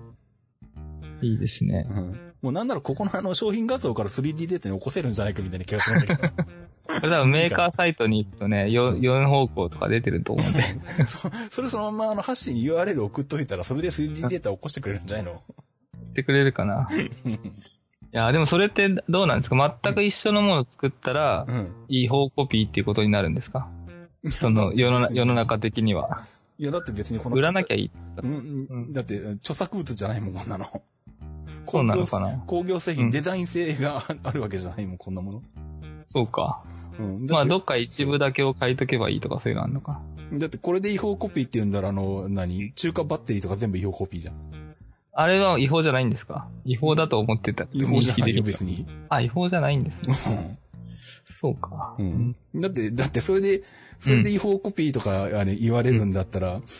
いいですね。 もうなんならここの商品画像から 3D データに起こせるんじゃないかみたいな気がするんだけど。 これ多分メーカーサイトに行くとね、4方向とか出てると思うんで。 それそのままハッシーに URL 送っといたら、それで 3D データ起こしてくれるんじゃないの？ 言ってくれるかな。いや、でもそれってどうなんですか？全く一緒のものを作ったら、違法コピーっていうことになるんですか？その世の中的には。 いや、だって別に売らなきゃいい。 だって著作物じゃないもん、こんなの。 そうなのかな？ 工業製品、デザイン性があるわけじゃないもん、こんなもの。 そうか。まあ、どっか一部だけを書いとけばいいとかそういうのあるのか。 だってこれで違法コピーって言うんだら中華バッテリーとか全部違法コピーじゃん。あれは違法じゃないんですか？違法だと思ってた。 違法じゃないよ、別に。 違法じゃないんですね。そうか。 だってそれで違法コピーとか言われるんだったら、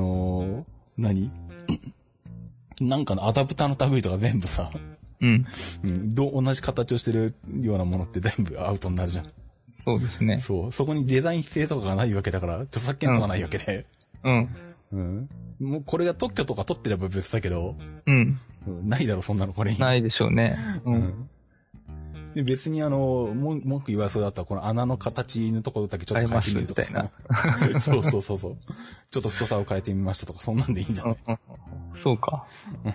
のアダプターの類とか全部さ、同じ形をしてるようなものって全部アウトになるじゃん。 そうですね。 そこにデザイン性とかがないわけだから、著作権とかないわけで。もうこれが特許とか取ってれば別だけど、ないだろ、そんなのこれに。 ないでしょうね。 で別に文句言われそうだったら、この穴の形のところだけちょっと変えてみるとかさ。そう。ちょっと太さを変えてみましたとか、そんなんでいいんじゃない？ そうか。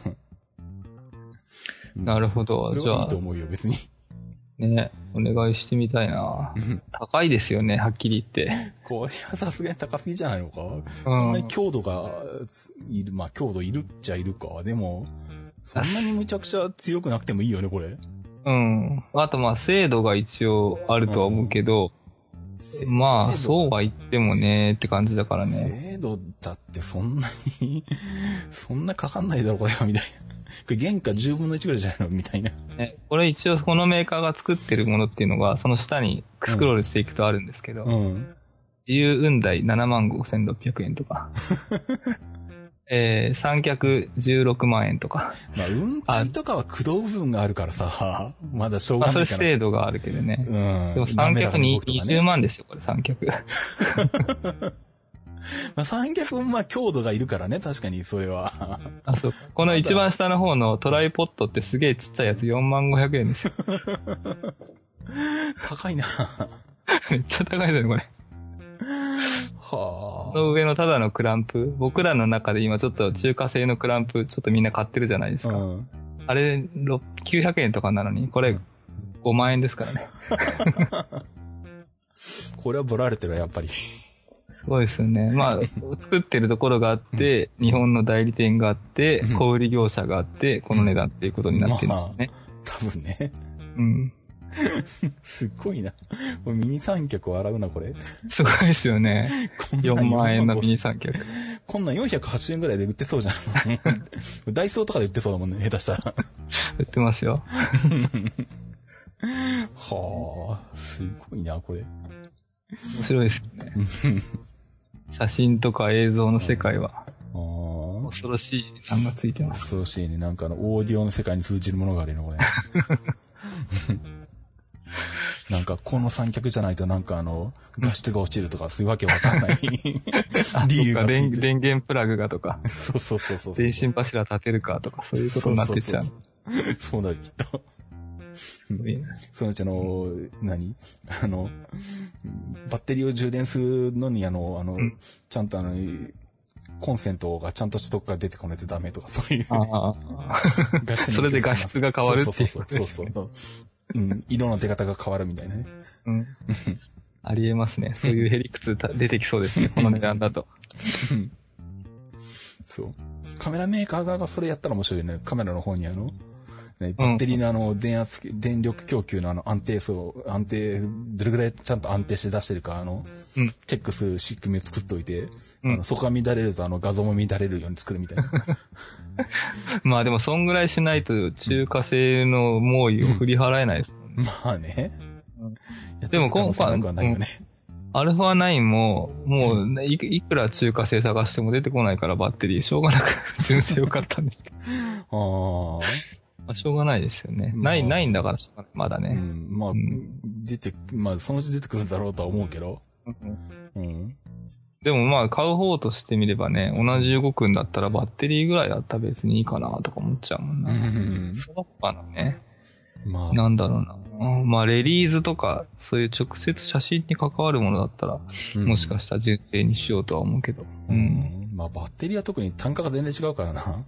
なるほど。 じゃあ。それはいいと思うよ、別に。 ね、お願いしてみたいな。高いですよね、はっきり言って。 これはさすがに高すぎじゃないのか？そんなに強度がいる、強度いるっちゃいるか。でも、そんなにむちゃくちゃ強くなくてもいいよね、これ。 あと精度が一応あるとは思うけど、そうは言ってもねって感じだからね。 精度だってそんなに、そんなかかんないだろ、これは、みたいな。これ原価10分の1ぐらいじゃないのみたいな。 これ一応このメーカーが作ってるものっていうのが、その下にスクロールしていくとあるんですけど、自由雲台75,600円とか。 三脚16万円とか。 まあ、雲海とかは駆動部分があるからさ、まだしょうがないから。 それ精度があるけどね。 うん。 でも三脚に20万ですよ、これ三脚。 まあ、三脚もまあ強度がいるからね、確かにそれは。 そう。この一番下の方のトライポットってすげえちっちゃいやつ45,000円ですよ。 高いな。 めっちゃ高いですね、これ。 はあ。 その上のただのクランプ。僕らの中で今ちょっと中華製のクランプちょっとみんな買ってるじゃないですか。うん、あれ、900円とかなのに、これ5万円ですからね。 これはボラれてるわ、やっぱり。 すごいですよね。まあ、作ってるところがあって、日本の代理店があって、小売業者があって、この値段っていうことになってるんですよね。 まあ、多分ね。 うん。 すっごいな。これミニ三脚を洗うな、これ。 すごいですよね。4万円のミニ三脚。 こんなん480円ぐらいで売ってそうじゃん。ダイソーとかで売ってそうだもんね、下手したら。 売ってますよ。 はあ、すごいな、これ。 面白いですよね。写真とか映像の世界は。恐ろしい値段がついてます。 恐ろしいね。なんかオーディオの世界に通じるものがあるよ、これ。なんか、この三脚じゃないとなんか画質が落ちるとか、そういうわけわかんない理由がついて。 電源プラグがとか。 そう。 電信柱立てるかとか、そういうことになってっちゃう。 そうだよ、きっと。そのうちバッテリーを充電するのにちゃんとコンセントがちゃんとしたとこから出てこないとダメとか、そういう。 それで画質が変わるっていう。 そう。うん、色の出方が変わるみたいなね。 うん。ありえますね。そういうヘリクツ出てきそうですね、この値段だと。 そう。カメラメーカー側がそれやったら面白いね。カメラの方にね、バッテリーの電力供給の安定、どれぐらいちゃんと安定して出してるか、チェックする仕組みを作っておいて、そこが乱れると画像も乱れるように作るみたいな。 まあでも、そんぐらいしないと中華製の猛威を振り払えないですもんね。 まあね。 でも今回、アルファ9も、もういくら中華製探しても出てこないからバッテリー、しょうがなく純正を買ったんですけど。まあ、しょうがないですよね。ないんだからしょうがない。まだね。 まあ、そのうち出てくるんだろうとは思うけど。 でもまあ、買う方としてみればね、同じ動くんだったらバッテリーぐらいだったら別にいいかなとか思っちゃうもんな。その他のね、なんだろうな。まあ、レリーズとか、そういう直接写真に関わるものだったら、もしかしたら純正にしようとは思うけど。 まあ、バッテリーは特に単価が全然違うからな。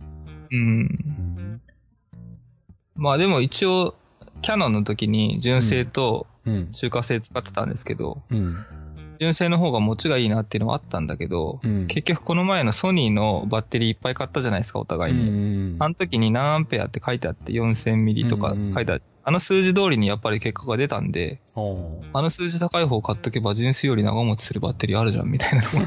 まあでも一応、キャノンの時に純正と中華製使ってたんですけど、純正の方が持ちがいいなっていうのはあったんだけど、結局この前のソニーのバッテリーいっぱい買ったじゃないですか、お互いに。あの時に何アンペアって書いてあって、4000ミリとか書いてあって、あの数字通りにやっぱり結果が出たんで、あの数字高い方買っとけば純正より長持ちするバッテリーあるじゃんみたいな。そう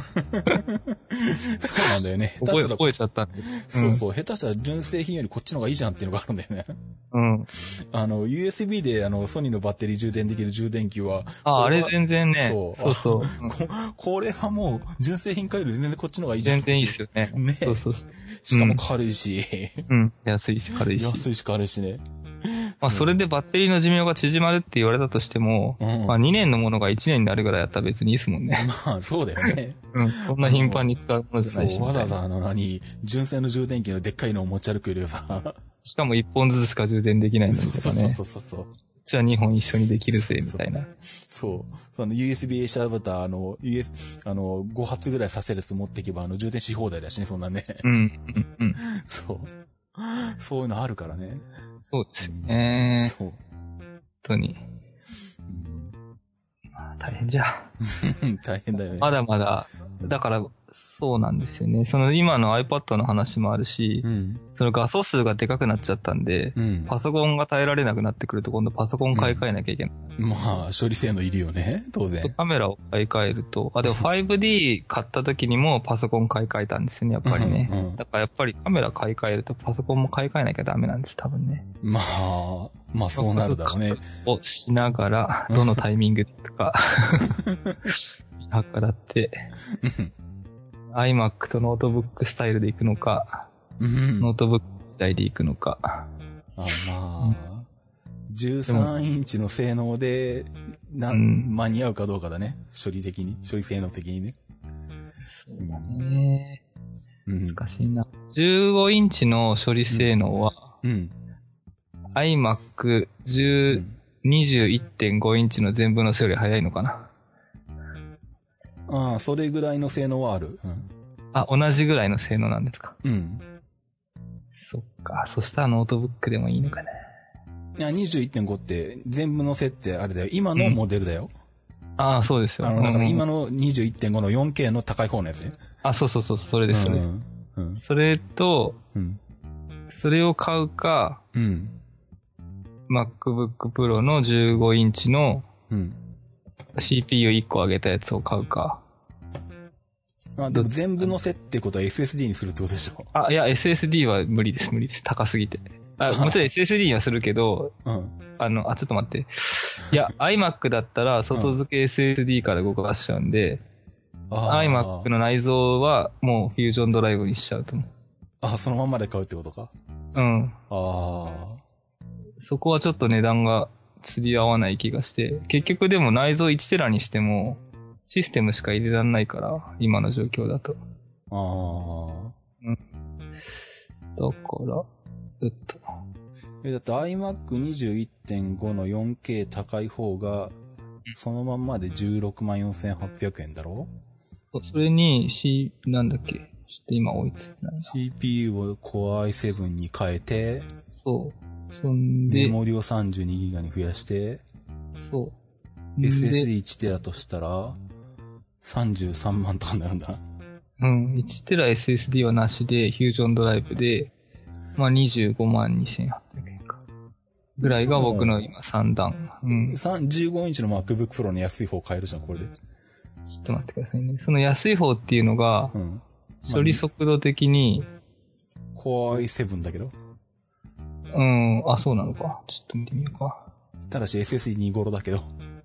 なんだよね。 覚えちゃったんで。 そう、下手したら純正品よりこっちの方がいいじゃんっていうのがあるんだよね。USB でソニーのバッテリー充電できる充電器は。 あれ全然ね。そう。 これはもう純正品買える全然こっちの方がいいじゃん。 全然いいっすよね。 ね。 そう。 しかも軽いし。 安いし軽いし。 安いし軽いしね。 まあ、それでバッテリーの寿命が縮まるって言われたとしても、まあ、2年のものが1年になるぐらいやったら別にいいですもんね。 まあ、そうだよね。 そんな頻繁に使うものじゃないし。 わざわざ純正の充電器のでっかいのを持ち歩くよりはさ。 しかも1本ずつしか充電できないのにとかね。 そう。 じゃあ2本一緒にできるぜ、みたいな。 その USB シャブター、5発ぐらいさせるやつ持っていけば、充電し放題だしね、そんなね。そう。そういうのあるからね。 そうですよね。 そう。 本当に。大変じゃ。 大変だよね。 まだまだ、だから、そうなんですよね。その今の iPad の話もあるし、その画素数がでかくなっちゃったんで、パソコンが耐えられなくなってくると今度パソコン買い替えなきゃいけない。 まあ、処理性能いるよね、当然。 カメラを買い替えると、でも 5D 買った時にもパソコン買い替えたんですよね、やっぱりね。だからやっぱりカメラ買い替えるとパソコンも買い替えなきゃダメなんです、多分ね。 まあそうなるだろうね。 をしながら、どのタイミングとか、見計らって、 iMac とノートブックスタイルで行くのか、ノートブック時代で行くのか。 まあ、13インチの性能で、間に合うかどうかだね。処理性能的にね。 そうだね。難しいな。15インチの処理性能は、iMac 21.5 インチの全部の性より早いのかな。 ああ、それぐらいの性能はある。 同じぐらいの性能なんですか。そっか。そしたらノートブックでもいいのかね。 いや、21.5 って全部のせってあれだよ。今のモデルだよ。 そうですよ。 だから今の 21.5 の 4K の高い方のやつね。 そう、それですよね。それと、それを買うか、MacBook Pro の15インチの CPU1 個上げたやつを買うか。 でも全部のせってことは SSD にするってことでしょ。 いや、SSD は無理です。高すぎて。もちろん SSD にはするけど、ちょっと待って。いや、iMac だったら外付け SSD から動かしちゃうんで、iMac の内蔵はもうフュージョンドライブにしちゃうと思う。 そのまんまで買うってことか。 そこはちょっと値段が釣り合わない気がして、結局でも内蔵1テラにしても、システムしか入れらんないから、今の状況だと。だから、 だって iMac 21.5 の 4K 高い方が、そのまんまで164,800円だろ？ それに、なんだっけ？ちょっと今追いついてないな。 CPU を Core i7 に変えて、 そんで、 メモリを 32GB に増やして、SSD1 テラとしたら、33万とかになるんだな。 1テラ SSD はなしで、フュージョンドライブで、25万2800円か。ぐらいが僕の今3段。 15インチの MacBook Pro の安い方買えるじゃん、これで。 ちょっと待ってくださいね。その安い方っていうのが、処理速度的に、 Core i7 だけど。 そうなのか。ちょっと見てみようか。 ただし SSD2 頃だけど。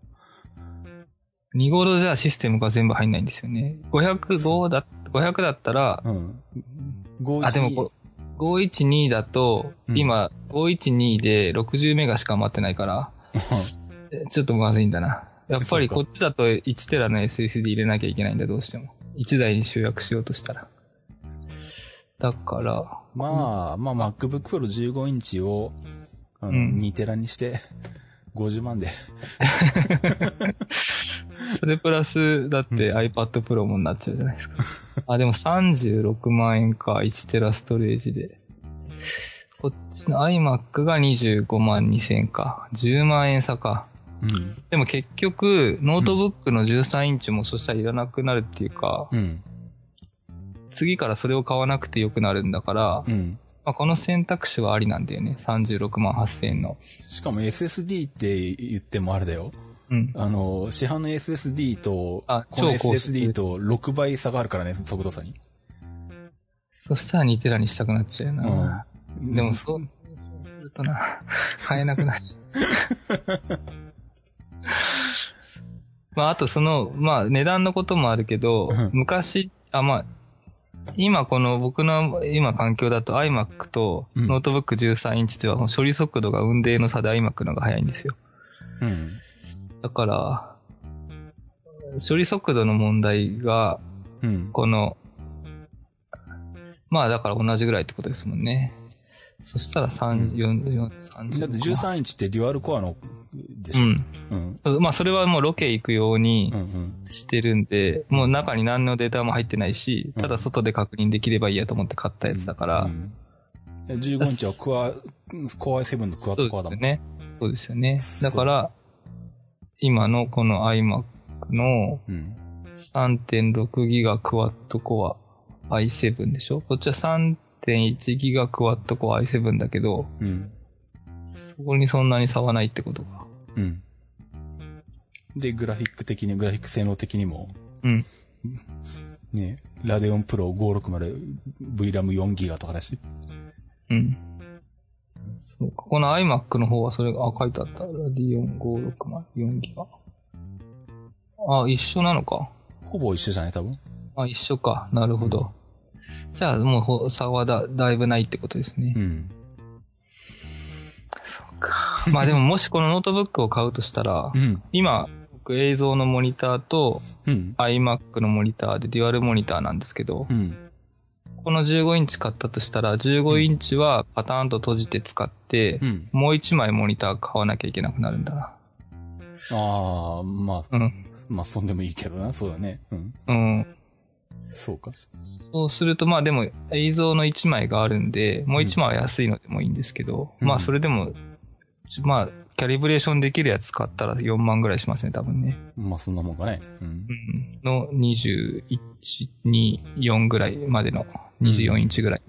2頃じゃシステムが全部入んないんですよね。500だったら、でも512だと、今、512で60メガしか余ってないから、ちょっとまずいんだな。やっぱりこっちだと1テラの SSD 入れなきゃいけないんだ、どうしても。1台に集約しようとしたら。だから。 MacBook Pro 15インチを、2テラにして、50万で。 それプラス、だって iPad Pro もになっちゃうじゃないですか。でも36万円か、1テラストレージで。こっちの iMac が25万2000円か。10万円差か。でも結局、ノートブックの13インチもそしたらいらなくなるっていうか、次からそれを買わなくてよくなるんだから、この選択肢はありなんだよね。36万8000円の。 しかも SSD って言ってもあれだよ。市販の SSD と、この SSD と6倍差があるからね、速度差に。 そしたら2テラにしたくなっちゃうな。でもそうするとな、買えなくなっちゃう。あと値段のこともあるけど、昔、今この僕の今環境だと iMac とノートブック13インチでは処理速度が雲泥の差で iMac の方が速いんですよ。だから、処理速度の問題が、だから同じぐらいってことですもんね。そしたら30。 だって13インチってデュアルコアのでしょ。 それはもうロケ行くようにしてるんで、もう中に何のデータも入ってないし、ただ外で確認できればいいやと思って買ったやつだから。 15インチはCore i7 のクワッドコアだもんね。 そうですよね。だから、今のこの iMac の 3.6 ギガクワッドコア i7 でしょ？こっちは 3.1 ギガクワッドコア i7 だけど、そこにそんなに差はないってことか。 で、グラフィック性能的にも、ね、ラデオンプロ560 VRAM4 ギガとかだし。 そうか。この iMac の方はそれが、書いてあった。ラディオン560 4ギガ。一緒なのか。 ほぼ一緒じゃない多分。 あ、一緒か。なるほど。じゃあもう差はだいぶないってことですね。そうか。まあでももしこのノートブックを買うとしたら、今、僕映像のモニターと、iMac のモニターでデュアルモニターなんですけど、この15インチ買ったとしたら、15インチはパターンと閉じて使って、もう1枚モニター買わなきゃいけなくなるんだな。 ああ、まあ、まあ、そんでもいいけどな、そうだね。そうか。 そうすると、まあでも映像の1枚があるんで、もう1枚は安いのでもいいんですけど、まあそれでも、まあ、キャリブレーションできるやつ買ったら4万ぐらいしますね、多分ね。 まあそんなもんかね。 の21、2、4ぐらいまでの24インチぐらい。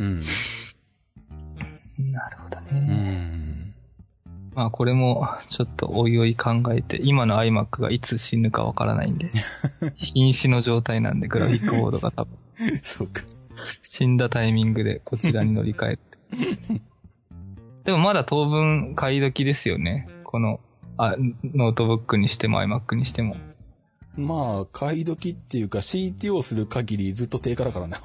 なるほどね。まあこれもちょっとおいおい考えて、今の iMac がいつ死ぬかわからないんで、瀕死の状態なんで、グラフィックボードが多分。 そうか。 死んだタイミングでこちらに乗り換えて。でもまだ当分買い時ですよね。このノートブックにしても iMac にしても。 まあ、買い時っていうか CTO する限りずっと低価だからな。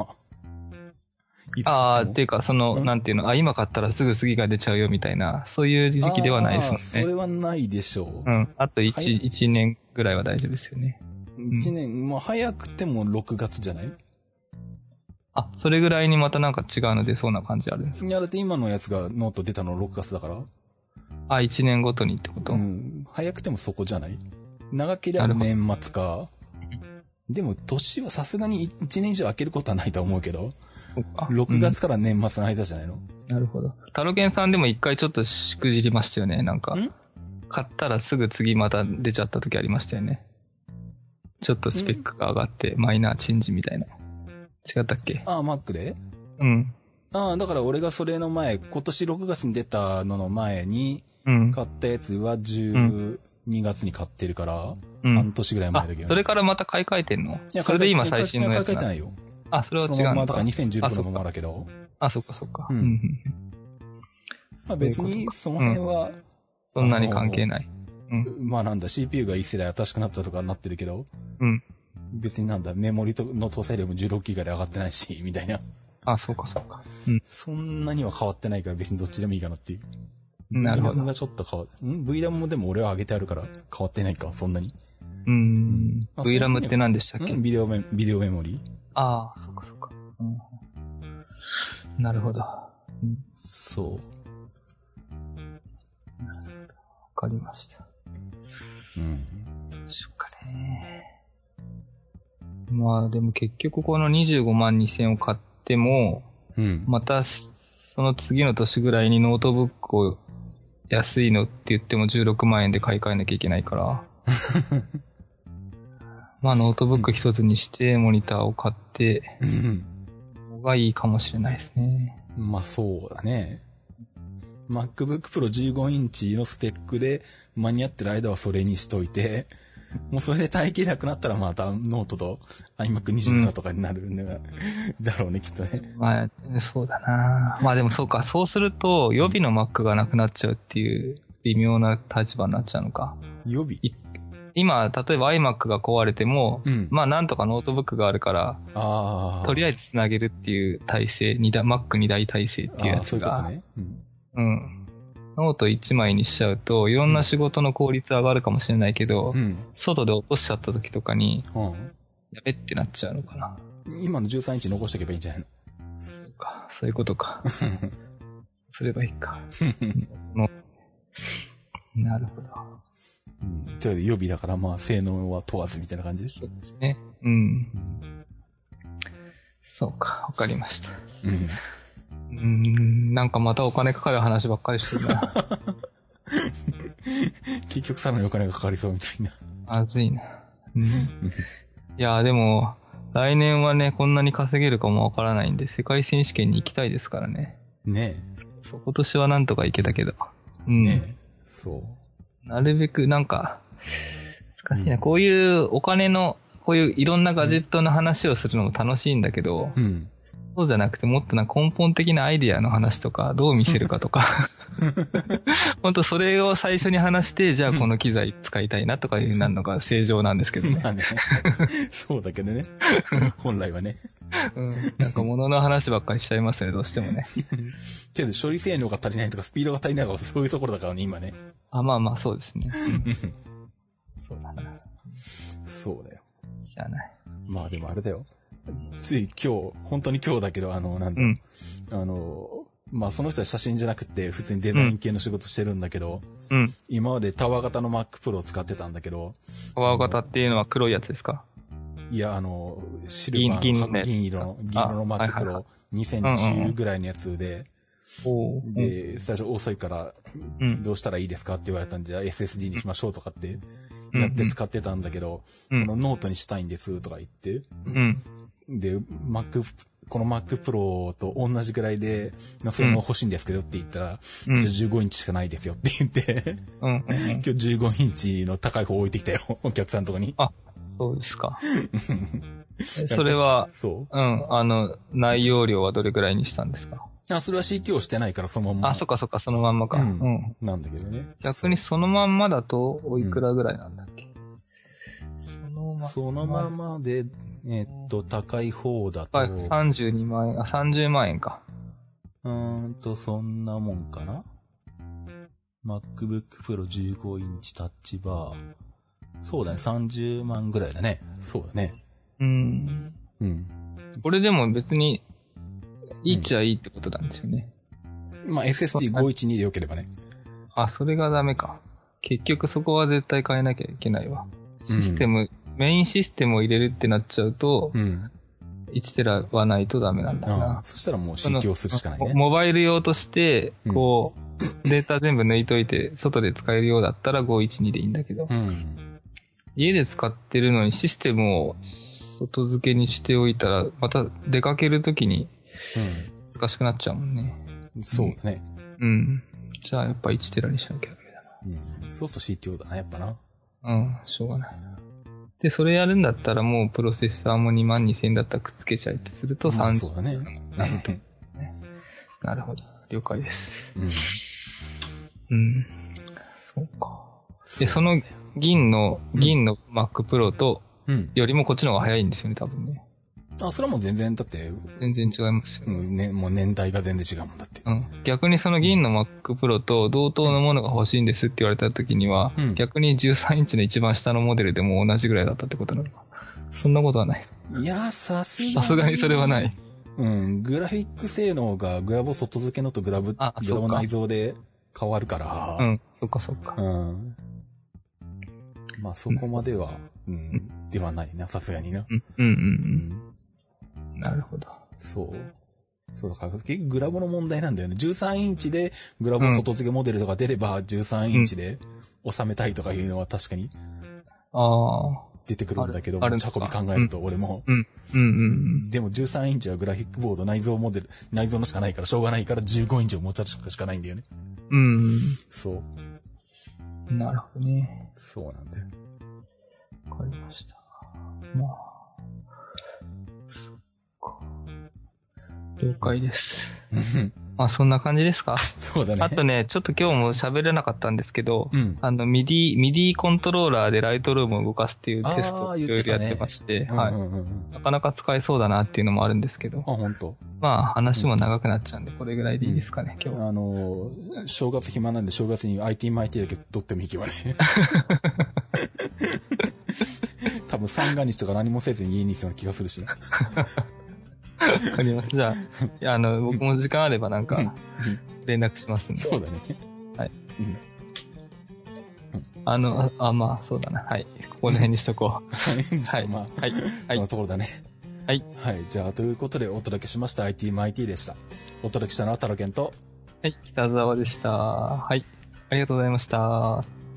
っていうか、なんていうの、今買ったらすぐ次が出ちゃうよみたいな、そういう時期ではないですもんね。 それはないでしょう。 あと1年ぐらいは大丈夫ですよね。 1年、まあ早くても6月じゃない？ それぐらいにまたなんか違うの出そうな感じあるんですか？ いや、だって今のやつがノート出たの6月だから。 1年ごとにってこと？ 早くてもそこじゃない？長ければ年末か。でも年はさすがに1年以上空けることはないと思うけど。6月から年末の間じゃないの？ なるほど。タロケンさんでも一回ちょっとしくじりましたよね、なんか。買ったらすぐ次また出ちゃった時ありましたよね。ちょっとスペックが上がって、マイナーチェンジみたいな。違ったっけ ？Mac で？だから俺がそれの前、今年6月に出たのの前に、買ったやつは12月に買ってるから、半年ぐらい前だけど。 それからまた買い替えてんの？いや、それで今最新のやつ。 買い替えてないよ。 それは違うのか。 まあ、だから2016のままだけど。 そっかそっか。 まあ別に、その辺は、 そんなに関係ない。 まあなんだ、CPU が1世代新しくなったとかなってるけど、別になんだ、メモリの搭載量も16ギガで上がってないし、みたいな。 そうかそうか。 そんなには変わってないから別にどっちでもいいかなっていう。 なるほど。 VRAM がちょっと変わる。VRAM もでも俺は上げてあるから変わってないか、そんなに。 VRAM って何でしたっけ？ ビデオメモリ。 そうかそうか。なるほど。 そう。 わかりました。どうしようかね。まあでも結局この25万2000を買っても、またその次の年ぐらいにノートブックを安いのって言っても16万円で買い替えなきゃいけないから。まあノートブック一つにしてモニターを買って、のがいいかもしれないですね。 まあそうだね。MacBook Pro 15インチのスペックで間に合ってる間はそれにしといて、もうそれで耐えきれなくなったらまたノートと iMac27 とかになるんだろうね、きっとね。 まあ、そうだな。まあでもそうか、そうすると予備の Mac がなくなっちゃうっていう微妙な立場になっちゃうのか。 予備？ 今、例えば iMac が壊れても、まあなんとかノートブックがあるから、とりあえずつなげるっていう体制、Mac2 台体制っていうやつが。 そういうことね。 ノート1枚にしちゃうと、いろんな仕事の効率上がるかもしれないけど、外で落としちゃった時とかに、やべってなっちゃうのかな。 今の13インチ残しておけばいいんじゃないの？ そうか、そういうことか。すればいいか。なるほど。 とりあえず予備だからまあ性能は問わずみたいな感じで。 そうですね。そうか、わかりました。なんかまたお金かかる話ばっかりしてるな。 結局さらにお金がかかりそうみたいな。 まずいな。いや、でも、来年はね、こんなに稼げるかもわからないんで、世界選手権に行きたいですからね。 ねえ。今年はなんとか行けたけど。 ねえ。そう。 なるべく、なんか、難しいな。こういうお金の、こういういろんなガジェットの話をするのも楽しいんだけど、 そうじゃなくて、もっと根本的なアイディアの話とか、どう見せるかとか。本当それを最初に話して、じゃあこの機材使いたいなとかいうなるのが正常なんですけどね。 まあね。そうだけどね。本来はね。 物の話ばっかりしちゃいますね、どうしてもね。 けど処理性能が足りないとか、スピードが足りないとか、そういうところだからね、今ね。 まあそうですね。そうだな。 そうだよ。 しゃあない。 まあでもあれだよ。つい今日、本当に今日だけど、まあその人は写真じゃなくて、普通にデザイン系の仕事してるんだけど、今までタワー型の Mac Pro を使ってたんだけど、 タワー型っていうのは黒いやつですか？ いや、シルバーの銀色の Mac Pro 2010ぐらいのやつで、で、最初遅いから、どうしたらいいですかって言われたんで、SSD にしましょうとかってやって使ってたんだけど、ノートにしたいんですとか言って、で、この Mac Pro と同じぐらいで、それも欲しいんですけどって言ったら、じゃあ15インチしかないですよって言って、今日15インチの高い方置いてきたよ、お客さんのとこに。 そうですか。それは、内容量はどれぐらいにしたんですか？ それは CTO してないからそのまんま。 そっか、そのまんまか。 なんだけどね。 逆にそのまんまだと、おいくらぐらいなんだっけ？ そのままで、高い方だと。 32万円、30万円か。 そんなもんかな。MacBook Pro 15インチタッチバー。そうだね、30万ぐらいだね。そうだね。 これでも別に、いいっちゃいいってことなんですよね。 まあ SSD512 で良ければね。 それがダメか。結局そこは絶対変えなきゃいけないわ。メインシステムを入れるってなっちゃうと、1テラはないとダメなんだな。 そしたらもう新調するしかないね。 モバイル用として、データ全部抜いといて、外で使えるようだったら512でいいんだけど、家で使ってるのにシステムを外付けにしておいたら、また出かけるときに難しくなっちゃうもんね。 そうだね。 じゃあやっぱ1テラにしなきゃダメだな。そうすると CTO だな、やっぱな。 しょうがないな。で、それやるんだったらもうプロセッサーも22,000円だったらくっつけちゃえってすると30。 そうだね。 なるほど。了解です。そうか。で、その銀の Mac Pro と、よりもこっちの方が早いんですよね、多分ね。 それはもう全然、だって。 全然違いますよね。もう年代が全然違うもんだって。 逆にその銀の Mac Pro と同等のものが欲しいんですって言われた時には、逆に13インチの一番下のモデルでも同じぐらいだったってことなのか。そんなことはない。 いや、さすがにそれはない。 グラフィック性能がグラボ外付けのとグラボ内蔵で変わるから。 そっか。 まあそこまでは、ではないな、さすがにな。 なるほど。 そうだから、結局グラボの問題なんだよね。13インチでグラボ外付けモデルとか出れば、13インチで収めたいとかいうのは確かに、出てくるんだけど、持ち運び考えると俺も。でも13インチはグラフィックボード内蔵のしかないからしょうがないから15インチを持ち歩くしかないんだよね。そう。 なるほどね。 そうなんだよ。 わかりました。了解です。そんな感じですか？ そうだね。 あとね、ちょっと今日も喋れなかったんですけど、MIDI コントローラーでライトルームを動かすっていうテストをいろいろやってまして、なかなか使えそうだなっていうのもあるんですけど、 本当。 話も長くなっちゃうんで、これぐらいでいいですかね、今日。正月暇なんで正月に IT マイティだけ撮ってもいいけどね。多分三が日とか何もせずに家にいそうな気がするしな。 わかります。じゃあ、僕も時間あればなんか、連絡しますんで。 そうだね。 はい。そうだな。はい。ここの辺にしとこう。 はい。はい。そのところだね。 はい。 はい。じゃあ、ということでお届けしました IT マイティでした。お届けしたのはタロケンと、 はい。北沢でした。はい。ありがとうございました。